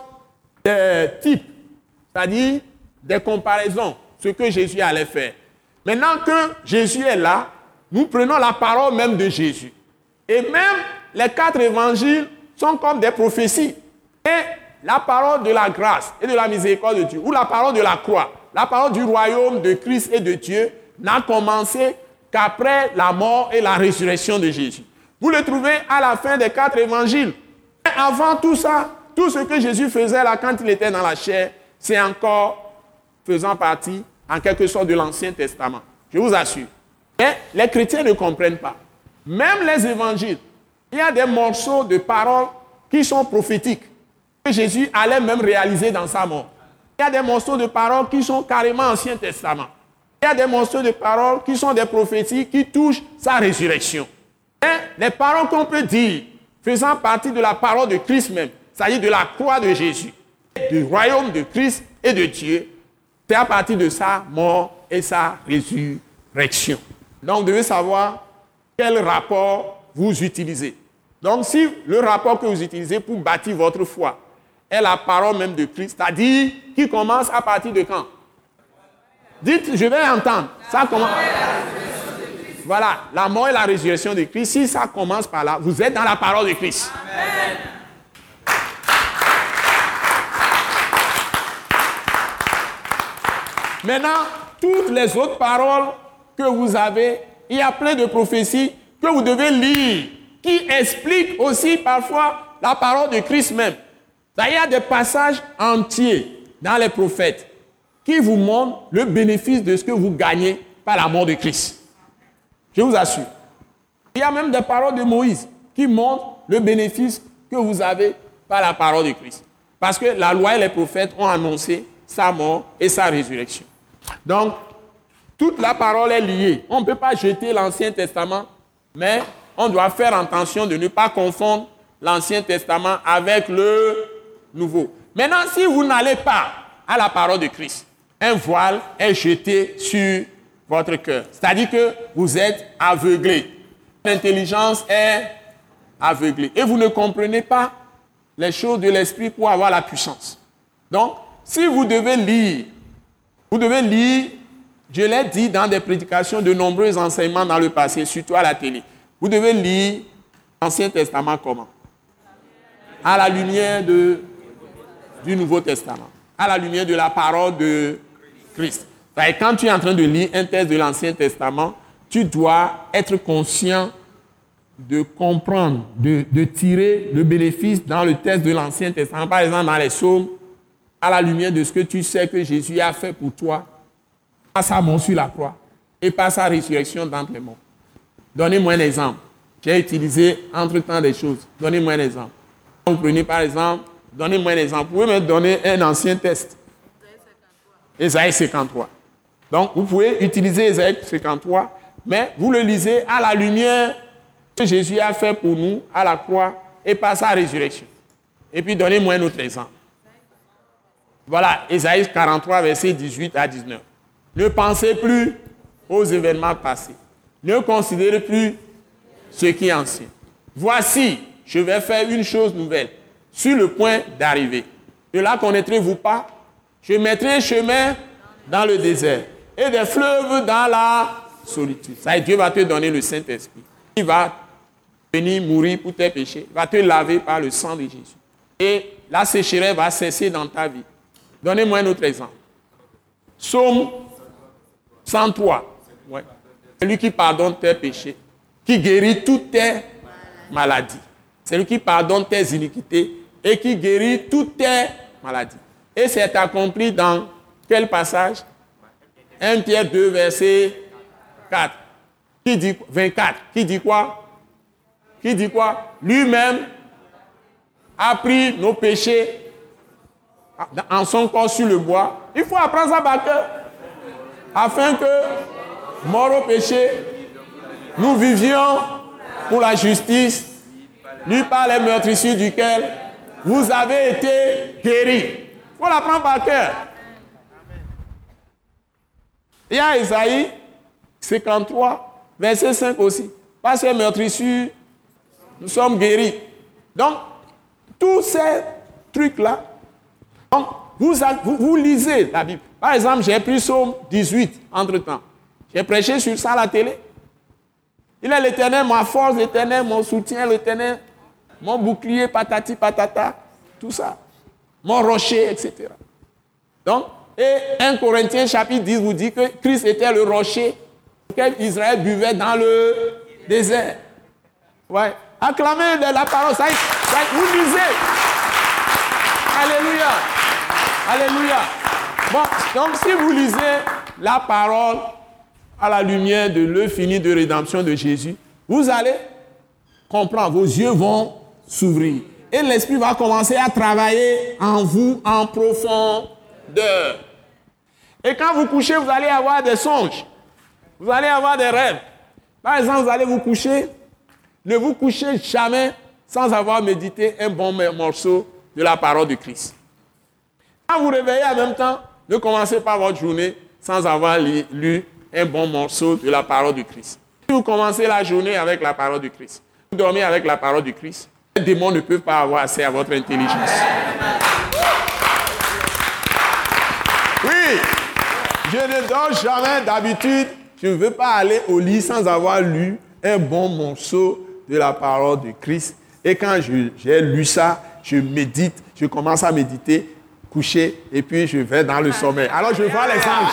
S2: des types, c'est-à-dire des comparaisons, ce que Jésus allait faire. Maintenant que Jésus est là, nous prenons la parole même de Jésus. Et même les quatre évangiles sont comme des prophéties. Et la parole de la grâce et de la miséricorde de Dieu, ou la parole de la croix, la parole du royaume de Christ et de Dieu, n'a commencé qu'après la mort et la résurrection de Jésus. Vous le trouvez à la fin des quatre évangiles. Mais avant tout ça, tout ce que Jésus faisait là quand il était dans la chair, c'est encore faisant partie, en quelque sorte, de l'Ancien Testament. Je vous assure. Mais les chrétiens ne comprennent pas. Même les évangiles, il y a des morceaux de paroles qui sont prophétiques, que Jésus allait même réaliser dans sa mort. Il y a des morceaux de paroles qui sont carrément Ancien Testament. Il y a des morceaux de paroles qui sont des prophéties qui touchent sa résurrection. Et les paroles qu'on peut dire, faisant partie de la parole de Christ même, c'est-à-dire de la croix de Jésus, du royaume de Christ et de Dieu, c'est à partir de sa mort et sa résurrection. Donc, vous devez savoir quel rapport vous utilisez. Donc, si le rapport que vous utilisez pour bâtir votre foi est la parole même de Christ, c'est-à-dire qui commence à partir de quand? Dites, je vais entendre. Ça commence. Voilà, la mort et la résurrection de Christ. Si ça commence par là, vous êtes dans la parole de Christ. Amen. Maintenant, toutes les autres paroles que vous avez, il y a plein de prophéties que vous devez lire, qui expliquent aussi parfois la parole de Christ même. Il y a des passages entiers dans les prophètes qui vous montrent le bénéfice de ce que vous gagnez par la mort de Christ. Je vous assure. Il y a même des paroles de Moïse qui montrent le bénéfice que vous avez par la parole de Christ. Parce que la loi et les prophètes ont annoncé sa mort et sa résurrection. Donc, toute la parole est liée. On ne peut pas jeter l'Ancien Testament, mais on doit faire attention de ne pas confondre l'Ancien Testament avec le Nouveau. Maintenant, si vous n'allez pas à la parole de Christ, un voile est jeté sur votre cœur. C'est-à-dire que vous êtes aveuglé. L'intelligence est aveuglée. Et vous ne comprenez pas les choses de l'esprit pour avoir la puissance. Donc, si vous devez lire, vous devez lire, je l'ai dit dans des prédications, de nombreux enseignements dans le passé, surtout à la télé. Vous devez lire l'Ancien Testament comment? À la lumière de, du Nouveau Testament. À la lumière de la parole de Christ. Et quand tu es en train de lire un texte de l'Ancien Testament, tu dois être conscient de comprendre, de, de tirer le bénéfice dans le texte de l'Ancien Testament. Par exemple, dans les psaumes, à la lumière de ce que tu sais que Jésus a fait pour toi, par sa mort sur la croix et par sa résurrection d'entre les morts. Donnez-moi un exemple. J'ai utilisé entre-temps des choses. Donnez-moi un exemple. Vous prenez par exemple, donnez-moi un exemple. Vous pouvez me donner un ancien texte. Ésaïe cinquante-trois. Donc, vous pouvez utiliser Ésaïe cinquante-trois, mais vous le lisez à la lumière que Jésus a fait pour nous à la croix et par sa résurrection. Et puis, donnez-moi un autre exemple. Voilà, Ésaïe quarante-trois, versets dix-huit à dix-neuf. Ne pensez plus aux événements passés. Ne considérez plus ce qui est ancien. Voici, je vais faire une chose nouvelle. Sur le point d'arriver. De là connaîtrez-vous pas? Je mettrai un chemin dans le désert et des fleuves dans la solitude. Ça, Dieu va te donner le Saint-Esprit. Il va venir mourir pour tes péchés. Il va te laver par le sang de Jésus. Et la sécheresse va cesser dans ta vie. Donnez-moi un autre exemple. Psaume cent trois. Ouais. C'est lui qui pardonne tes péchés, qui guérit toutes tes maladies. C'est lui qui pardonne tes iniquités et qui guérit toutes tes maladies. Et c'est accompli dans quel passage? un Pierre deux, verset quatre. Qui dit vingt-quatre? Qui dit quoi? Qui dit quoi? Lui-même a pris nos péchés en son corps sur le bois. Il faut apprendre ça par cœur. Afin que, mort au péché, nous vivions pour la justice, lui par les meurtrissures duquel vous avez été guéris. Il faut l'apprendre par cœur. Il y a Isaïe cinquante-trois, verset cinq aussi. Par ces meurtrissures, nous sommes guéris. Donc, tous ces trucs-là, donc, vous, vous, vous lisez la Bible. Par exemple, j'ai pris Psaume dix-huit entre-temps. J'ai prêché sur ça à la télé. Il est l'Éternel, ma force, l'Éternel, mon soutien, l'Éternel, mon bouclier, patati, patata, tout ça. Mon rocher, et cetera. Donc, et un Corinthiens chapitre dix vous dit que Christ était le rocher auquel Israël buvait dans le désert. Ouais. Acclamez de la parole, ça, ça, vous lisez. Alléluia. Alléluia. Bon, donc si vous lisez la parole à la lumière de l'œuvre finie de rédemption de Jésus, vous allez comprendre, vos yeux vont s'ouvrir. Et l'Esprit va commencer à travailler en vous en profondeur. Et quand vous couchez, vous allez avoir des songes. Vous allez avoir des rêves. Par exemple, vous allez vous coucher. Ne vous couchez jamais sans avoir médité un bon morceau de la parole de Christ. Quand vous réveillez en même temps, ne commencez pas votre journée sans avoir lu, lu un bon morceau de la parole de Christ. Si vous commencez la journée avec la parole de Christ, vous dormez avec la parole de Christ, les démons ne peuvent pas avoir accès à votre intelligence. Oui, je ne dors jamais d'habitude. Je ne veux pas aller au lit sans avoir lu un bon morceau de la parole de Christ. Et quand je, j'ai lu ça, je médite, je commence à méditer, coucher, et puis je vais dans le sommeil. Alors je vois les anges.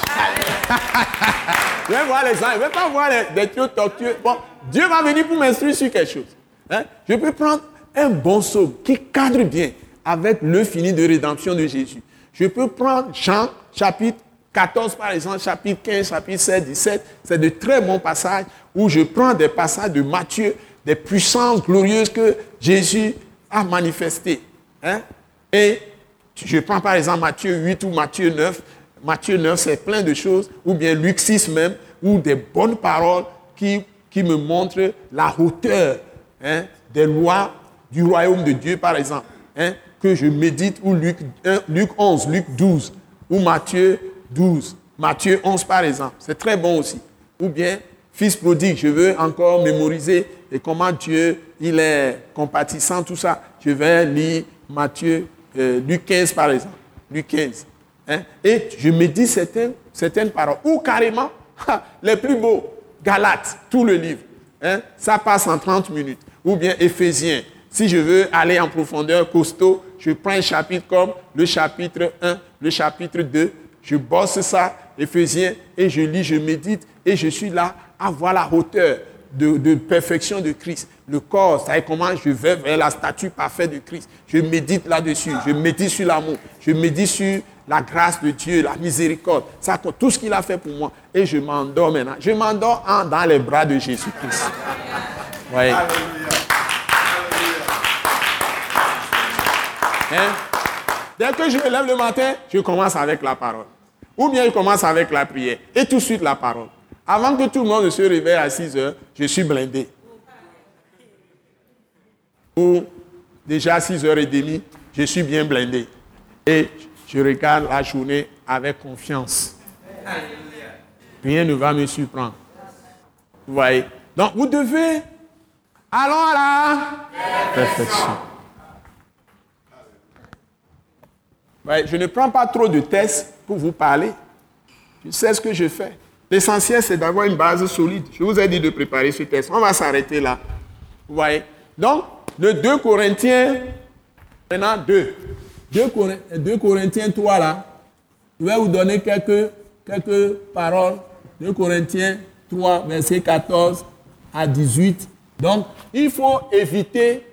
S2: Je vais voir les anges. Je ne vais pas voir les, des trucs tortueux. Bon, Dieu va venir pour m'instruire sur quelque chose. Hein? Je peux prendre un bon psaume qui cadre bien avec le fini de rédemption de Jésus. Je peux prendre Jean, chapitre quatorze par exemple, chapitre quinze, chapitre seize, dix-sept. C'est de très bons passages où je prends des passages de Matthieu, des puissances glorieuses que Jésus a manifestées. Hein? Et je prends par exemple Matthieu huit ou Matthieu neuf. Matthieu neuf, c'est plein de choses, ou bien Luc six même, ou des bonnes paroles qui, qui me montrent la hauteur, hein, des lois du royaume de Dieu, par exemple, hein, que je médite, ou Luc, un, Luc onze, Luc douze, ou Matthieu douze, Matthieu onze, par exemple. C'est très bon aussi. Ou bien, fils prodigue, je veux encore mémoriser et comment Dieu, il est compatissant, tout ça. Je vais lire Matthieu, euh, Luc quinze, par exemple. Luc quinze. Hein? Et je médite certaines, certaines paroles. Ou carrément, les plus beaux, Galates, tout le livre. Hein? Ça passe en trente minutes. Ou bien Éphésiens. Si je veux aller en profondeur costaud, je prends un chapitre comme le chapitre un, le chapitre deux. Je bosse ça, Éphésiens, et je lis, je médite, et je suis là à voir la hauteur de, de perfection de Christ. Le corps, ça est comment je vais vers la statue parfaite de Christ. Je médite là-dessus, je médite sur l'amour, je médite sur la grâce de Dieu, la miséricorde, ça, tout ce qu'il a fait pour moi. Et je m'endors maintenant. Je m'endors en, dans les bras de Jésus-Christ. Oui. Hein? Dès que je me lève le matin, je commence avec la parole. Ou bien je commence avec la prière. Et tout de suite la parole. Avant que tout le monde se réveille à six heures, je suis blindé. Ou déjà à six heures trente, je suis bien blindé. Et je regarde la journée avec confiance. Rien ne va me surprendre. Vous voyez? Donc vous devez Allons à la perfection. Ouais, je ne prends pas trop de tests pour vous parler. Je sais ce que je fais. L'essentiel, c'est d'avoir une base solide. Je vous ai dit de préparer ce test. On va s'arrêter là. Vous voyez? Donc, le deux Corinthiens, maintenant deux. deux Corinthiens trois, là. Je vais vous donner quelques, quelques paroles. deux Corinthiens trois, verset quatorze à dix-huit. Donc, il faut éviter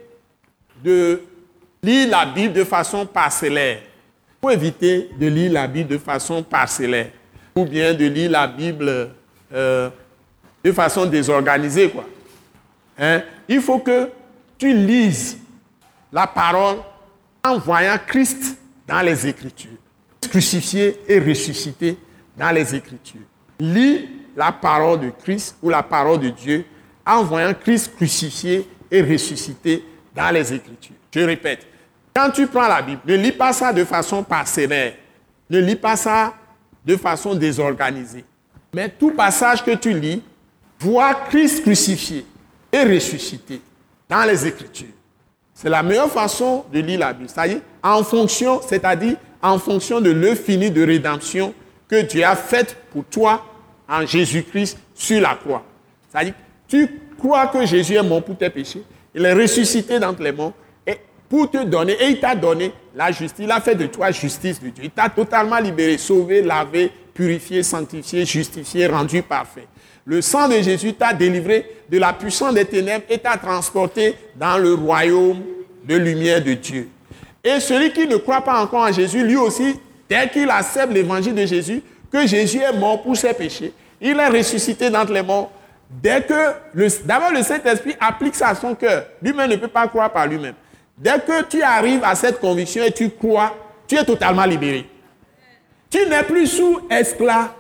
S2: de lire la Bible de façon parcellaire. Il faut éviter de lire la Bible de façon parcellaire. Ou bien de lire la Bible euh, de façon désorganisée, quoi. Hein? Il faut que tu lises la parole en voyant Christ dans les Écritures. Crucifié et ressuscité dans les Écritures. Lis la parole de Christ ou la parole de Dieu en voyant Christ crucifié et ressuscité dans les Écritures. Je répète, quand tu prends la Bible, ne lis pas ça de façon parcellaire. Ne lis pas ça de façon désorganisée. Mais tout passage que tu lis, vois Christ crucifié et ressuscité dans les Écritures. C'est la meilleure façon de lire la Bible. C'est-à-dire, en fonction, c'est-à-dire en fonction de l'œuvre finie de rédemption que Dieu a faite pour toi en Jésus-Christ sur la croix. C'est-à-dire, tu crois que Jésus est mort pour tes péchés, il est ressuscité d'entre les morts et pour te donner, et il t'a donné la justice, il a fait de toi justice de Dieu. Il t'a totalement libéré, sauvé, lavé, purifié, sanctifié, justifié, rendu parfait. Le sang de Jésus t'a délivré de la puissance des ténèbres et t'a transporté dans le royaume de lumière de Dieu. Et celui qui ne croit pas encore en Jésus, lui aussi, dès qu'il accepte l'évangile de Jésus, que Jésus est mort pour ses péchés, il est ressuscité d'entre les morts. Dès que, le, d'abord le Saint-Esprit applique ça à son cœur, lui-même ne peut pas croire par lui-même. Dès que tu arrives à cette conviction et tu crois, tu es totalement libéré. Tu n'es plus sous esclavage.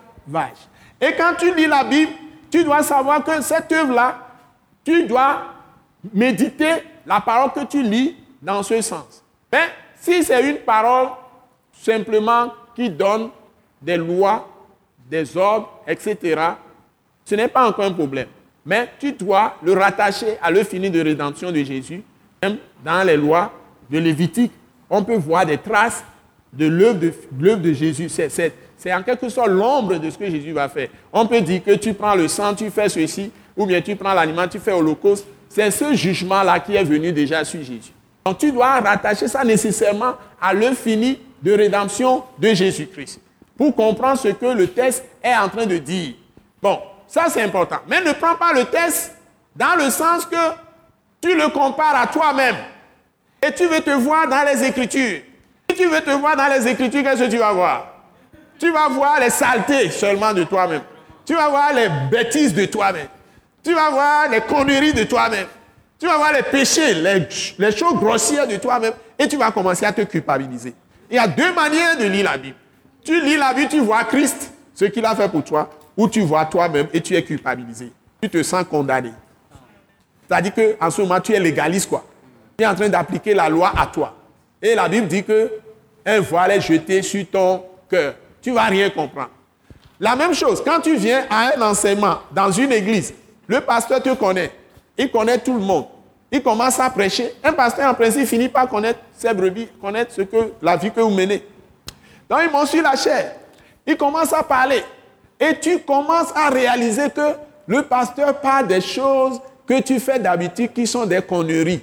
S2: Et quand tu lis la Bible, tu dois savoir que cette œuvre-là, tu dois méditer la parole que tu lis dans ce sens. Mais si c'est une parole simplement qui donne des lois, des ordres, et cetera, ce n'est pas encore un problème. Mais tu dois le rattacher à l'œuvre finie de rédemption de Jésus. Même dans les lois de Lévitique, on peut voir des traces de l'œuvre de, l'œuvre de Jésus. C'est, c'est, c'est en quelque sorte l'ombre de ce que Jésus va faire. On peut dire que tu prends le sang, tu fais ceci, ou bien tu prends l'animal, tu fais holocauste. C'est ce jugement-là qui est venu déjà sur Jésus. Donc tu dois rattacher ça nécessairement à l'œuvre finie de rédemption de Jésus-Christ pour comprendre ce que le texte est en train de dire. Bon, ça c'est important. Mais ne prends pas le texte dans le sens que tu le compares à toi-même et tu veux te voir dans les Écritures. Si tu veux te voir dans les Écritures, qu'est-ce que tu vas voir? Tu vas voir les saletés seulement de toi-même. Tu vas voir les bêtises de toi-même. Tu vas voir les conneries de toi-même. Tu vas voir les péchés, les, les choses grossières de toi-même et tu vas commencer à te culpabiliser. Il y a deux manières de lire la Bible. Tu lis la Bible, tu vois Christ, ce qu'il a fait pour toi, ou tu vois toi-même et tu es culpabilisé. Tu te sens condamné. C'est-à-dire qu'en ce moment, tu es légaliste, quoi. Tu es en train d'appliquer la loi à toi. Et la Bible dit qu'un voile est jeté sur ton cœur. Tu ne vas rien comprendre. La même chose, quand tu viens à un enseignement dans une église, le pasteur te connaît. Il connaît tout le monde. Il commence à prêcher. Un pasteur, en principe, finit par connaître ses brebis, connaître ce que, la vie que vous menez. Donc, ils m'ont sur la chair. Il commence à parler. Et tu commences à réaliser que le pasteur parle des choses que tu fais d'habitude qui sont des conneries,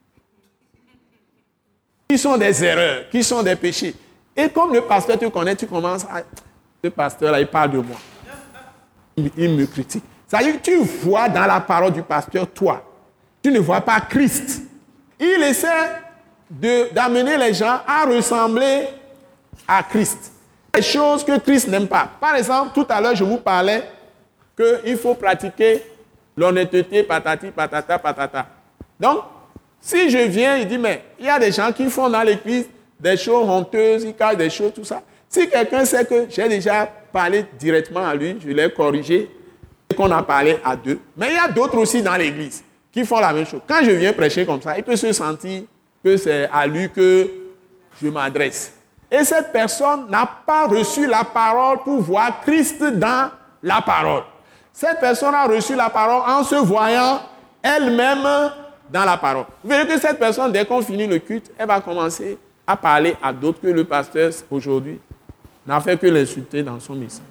S2: qui sont des erreurs, qui sont des péchés. Et comme le pasteur te connaît, tu commences à... Ce pasteur-là, il parle de moi. Il, il me critique. C'est-à-dire que tu vois dans la parole du pasteur, toi. Tu ne vois pas Christ. Il essaie de, d'amener les gens à ressembler à Christ. Des choses que Christ n'aime pas. Par exemple, tout à l'heure, je vous parlais qu'il faut pratiquer l'honnêteté, patati, patata, patata. Donc, si je viens, il dit, mais il y a des gens qui font dans l'église des choses honteuses, ils cachent des choses, tout ça. Si quelqu'un sait que j'ai déjà parlé directement à lui, je l'ai corrigé, et qu'on a parlé à deux. Mais il y a d'autres aussi dans l'église qui font la même chose. Quand je viens prêcher comme ça, il peut se sentir que c'est à lui que je m'adresse. Et cette personne n'a pas reçu la parole pour voir Christ dans la parole. Cette personne a reçu la parole en se voyant elle-même dans la parole. Vous verrez que cette personne, dès qu'on finit le culte, elle va commencer à parler à d'autres que le pasteur, aujourd'hui, n'a fait que l'insulter dans son message.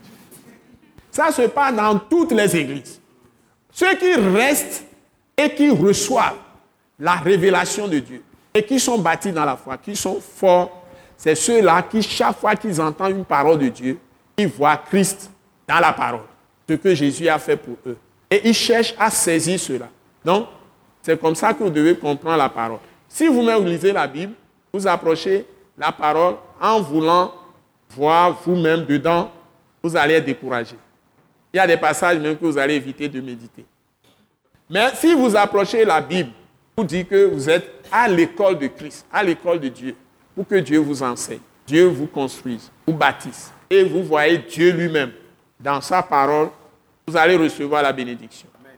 S2: Ça se passe dans toutes les églises. Ceux qui restent et qui reçoivent la révélation de Dieu et qui sont bâtis dans la foi, qui sont forts, c'est ceux-là qui, chaque fois qu'ils entendent une parole de Dieu, ils voient Christ dans la parole, ce que Jésus a fait pour eux. Et ils cherchent à saisir cela. Donc, c'est comme ça que vous devez comprendre la parole. Si vous-même lisez la Bible, vous approchez la parole en voulant voir vous-même dedans, vous allez être découragé. Il y a des passages même que vous allez éviter de méditer. Mais si vous approchez la Bible, vous dites que vous êtes à l'école de Christ, à l'école de Dieu, pour que Dieu vous enseigne, Dieu vous construise, vous bâtisse. Et vous voyez Dieu lui-même dans sa parole, vous allez recevoir la bénédiction. Amen.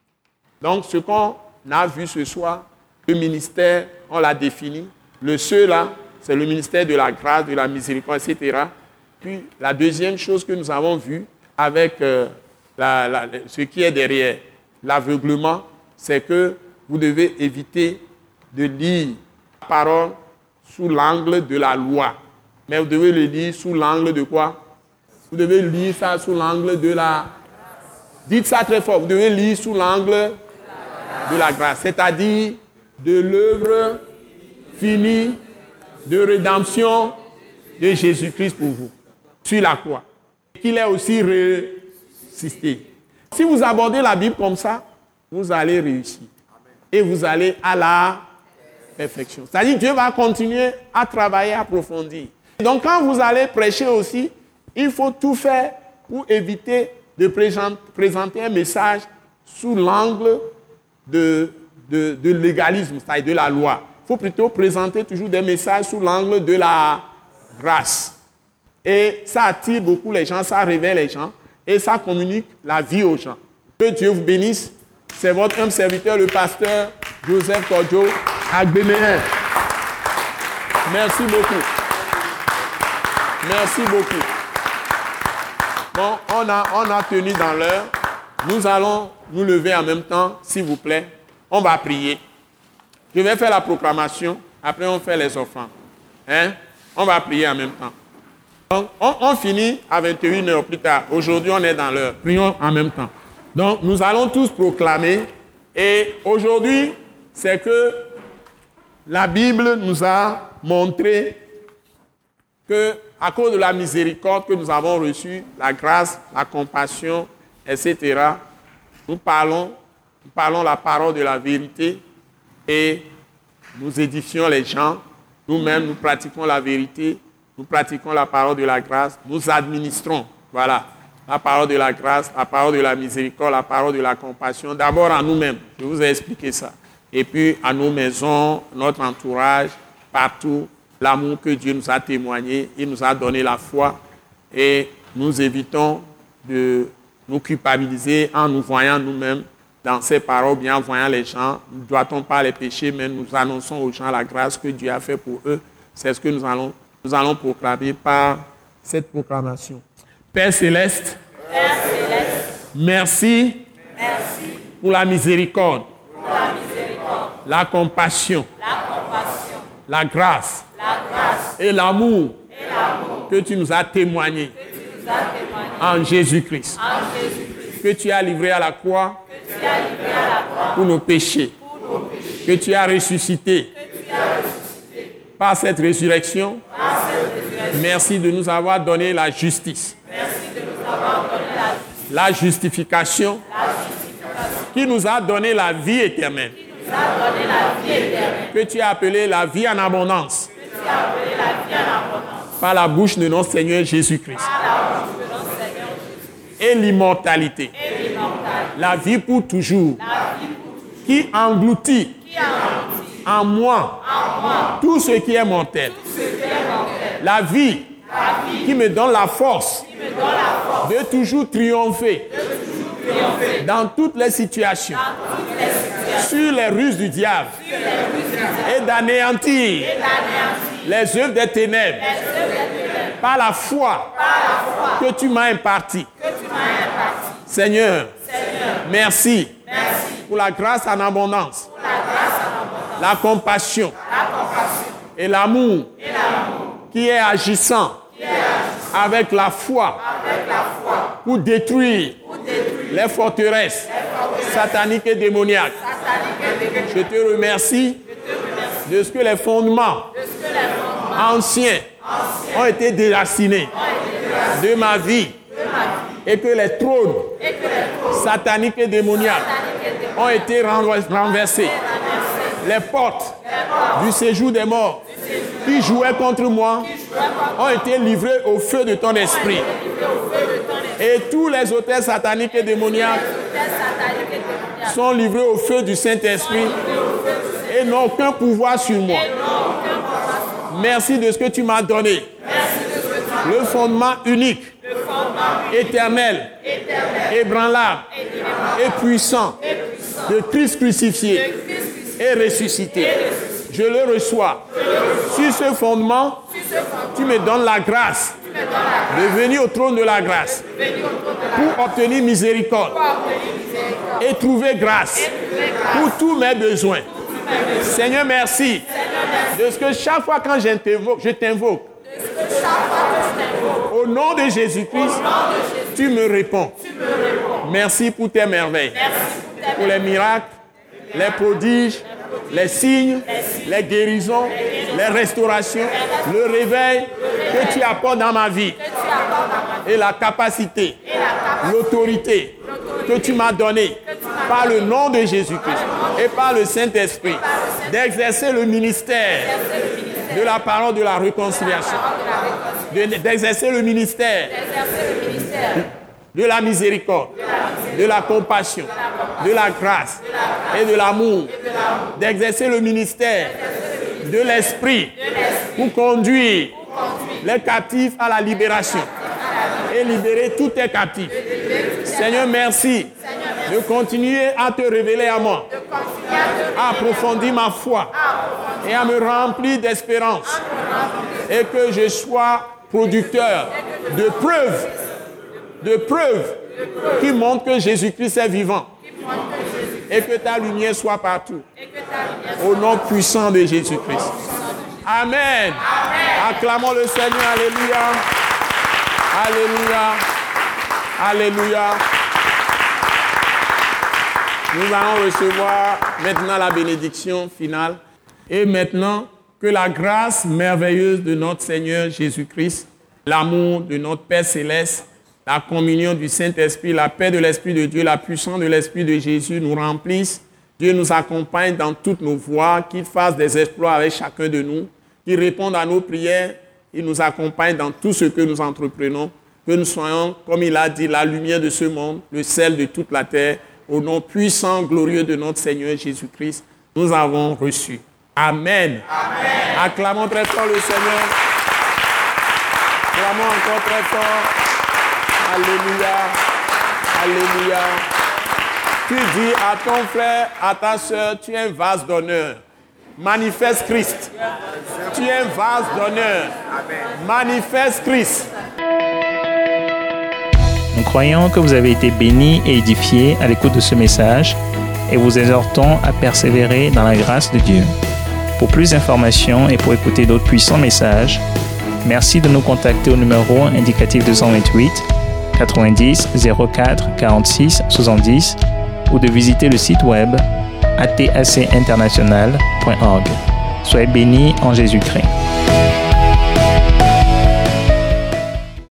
S2: Donc, ce qu'on a vu ce soir, le ministère, on l'a défini. Le ceux-là, c'est le ministère de la grâce, de la miséricorde, et cetera. Puis, la deuxième chose que nous avons vue avec euh, la, la, ce qui est derrière l'aveuglement, c'est que vous devez éviter de lire la parole sous l'angle de la loi. Mais vous devez le lire sous l'angle de quoi? Vous devez lire ça sous l'angle de la... Dites ça très fort. Vous devez lire sous l'angle de la grâce. C'est-à-dire de l'œuvre finie de rédemption de Jésus-Christ pour vous. Sur la croix. Qu'il est aussi ressuscité. Si vous abordez la Bible comme ça, vous allez réussir. Et vous allez à la perfection. C'est-à-dire que Dieu va continuer à travailler, à approfondir. Donc quand vous allez prêcher aussi, il faut tout faire pour éviter de présenter un message sous l'angle de, de, de légalisme, c'est-à-dire de la loi. Il faut plutôt présenter toujours des messages sous l'angle de la grâce. Et ça attire beaucoup les gens, ça réveille les gens et ça communique la vie aux gens. Que Dieu vous bénisse. C'est votre humble serviteur, le pasteur Joseph Kodjo Agbemehen. Merci beaucoup. Merci beaucoup. Bon, on a, on a tenu dans l'heure. Nous allons nous lever en même temps, s'il vous plaît. On va prier. Je vais faire la proclamation. Après, on fait les offrandes. Hein? On va prier en même temps. Donc, on, on finit à vingt et une heures plus tard. Aujourd'hui, on est dans l'heure. Prions en même temps. Donc, nous allons tous proclamer. Et aujourd'hui, c'est que la Bible nous a montré que, à cause de la miséricorde que nous avons reçue, la grâce, la compassion, et cetera, nous parlons, nous parlons la parole de la vérité et nous édifions les gens. Nous-mêmes, nous pratiquons la vérité, nous pratiquons la parole de la grâce, nous administrons, voilà, la parole de la grâce, la parole de la miséricorde, la parole de la compassion, d'abord à nous-mêmes, je vous ai expliqué ça, et puis à nos maisons, notre entourage, partout, l'amour que Dieu nous a témoigné, il nous a donné la foi, et nous évitons de nous culpabiliser en nous voyant nous-mêmes dans ces paroles, bien en voyant les gens, ne doit-on pas les pécher, mais nous annonçons aux gens la grâce que Dieu a fait pour eux, c'est ce que nous allons Nous allons proclamer par cette proclamation. Père Céleste,
S4: Père Céleste,
S2: merci,
S4: merci
S2: pour la miséricorde,
S4: pour la miséricorde,
S2: la compassion,
S4: la compassion,
S2: la grâce,
S4: la grâce
S2: et l'amour
S4: et l'amour
S2: que tu nous as témoigné
S4: que tu nous as témoigné
S2: en Jésus-Christ,
S4: en Jésus-Christ,
S2: que tu as livré à la croix
S4: que tu as livré à la croix
S2: pour nos péchés,
S4: pour nos péchés,
S2: que tu as ressuscité
S4: que tu as ressuscité
S2: par cette résurrection.
S4: par cette résurrection.
S2: Merci de nous avoir donné la justice,
S4: Merci de nous avoir donné la justice,
S2: la justification,
S4: la justification,
S2: qui nous a donné la vie éternelle,
S4: qui nous a donné la vie éternelle,
S2: que tu as appelée la vie en abondance,
S4: que tu as appelé la vie en abondance,
S2: par la bouche de notre Seigneur Jésus-Christ,
S4: par la bouche de notre Seigneur Jésus,
S2: et l'immortalité,
S4: et l'immortalité,
S2: la vie pour toujours,
S4: la vie pour toujours,
S2: qui engloutit
S4: qui a englouti
S2: en moi
S4: en moi
S2: tout ce qui est mortel,
S4: tout ce qui est mortel,
S2: la vie
S4: la vie
S2: qui me donne la force
S4: qui me donne la force
S2: de toujours triompher
S4: de toujours triompher
S2: dans toutes les situations,
S4: dans toutes les situations,
S2: sur les ruses du diable,
S4: sur les ruses du diable,
S2: et d'anéantir
S4: et d'anéantir
S2: les œuvres des ténèbres
S4: les œuvres des ténèbres
S2: par la foi
S4: par la foi
S2: que tu m'as impartie.
S4: que tu m'as impartie.
S2: Seigneur,
S4: Seigneur,
S2: merci
S4: merci
S2: pour la grâce en abondance
S4: pour la grâce
S2: la compassion, et l'amour qui est agissant avec la foi pour détruire les forteresses sataniques et démoniaques. Je te remercie de ce que les fondements anciens ont été déracinés de ma vie et que les trônes sataniques et démoniaques ont été renversés. Les portes du séjour des morts qui jouaient contre moi ont été livrées au feu de ton esprit. Et tous les autels sataniques et démoniaques sont livrés au feu du Saint-Esprit et n'ont aucun pouvoir sur moi. Merci de ce que tu m'as donné. Le fondement unique, éternel, ébranlable et puissant de Christ crucifié et ressuscité. Je le reçois. Sur ce fondement, tu me donnes la grâce de venir au trône de la grâce pour obtenir miséricorde et trouver grâce pour tous mes besoins. Seigneur, merci de ce que chaque fois quand je t'invoque, je t'invoque, au nom de Jésus-Christ, tu me réponds. Merci pour tes merveilles, pour les miracles, les prodiges, les signes, les guérisons, les restaurations, le réveil que tu apportes dans ma vie et la capacité, l'autorité que tu m'as donnée par le nom de Jésus-Christ et par le Saint-Esprit d'exercer le ministère de la parole de la réconciliation, d'exercer le ministère de la miséricorde, de la compassion, de la grâce et de l'amour, d'exercer le ministère de l'esprit pour conduire les captifs à la libération et libérer tous tes captifs. Seigneur, merci de continuer à te révéler à moi, à approfondir ma foi et à me remplir d'espérance et que je sois producteur de preuves de preuves qui montrent que Jésus-Christ est vivant et que ta lumière soit partout. Au nom puissant de Jésus-Christ. Amen. Amen. Acclamons le Seigneur. Alléluia. Alléluia. Alléluia. Nous allons recevoir maintenant la bénédiction finale. Et maintenant, que la grâce merveilleuse de notre Seigneur Jésus-Christ, l'amour de notre Père Céleste, la communion du Saint-Esprit, la paix de l'Esprit de Dieu, la puissance de l'Esprit de Jésus nous remplissent. Dieu nous accompagne dans toutes nos voies, qu'il fasse des exploits avec chacun de nous, qu'il réponde à nos prières, il nous accompagne dans tout ce que nous entreprenons, que nous soyons, comme il a dit, la lumière de ce monde, le sel de toute la terre. Au nom puissant, glorieux de notre Seigneur Jésus-Christ, nous avons reçu. Amen. Amen. Acclamons très fort le Seigneur. Acclamons encore très fort. Alléluia, alléluia. Tu dis à ton frère, à ta soeur, tu es un vase d'honneur. Manifeste Christ. Tu es un vase d'honneur. Manifeste Christ.
S1: Nous croyons que vous avez été bénis et édifiés à l'écoute de ce message et vous exhortons à persévérer dans la grâce de Dieu. Pour plus d'informations et pour écouter d'autres puissants messages, merci de nous contacter au numéro indicatif deux cent vingt-huit quatre-vingt-dix zéro quatre quarante-six soixante-dix ou de visiter le site web a t a c international point org. Soyez bénis en Jésus-Christ.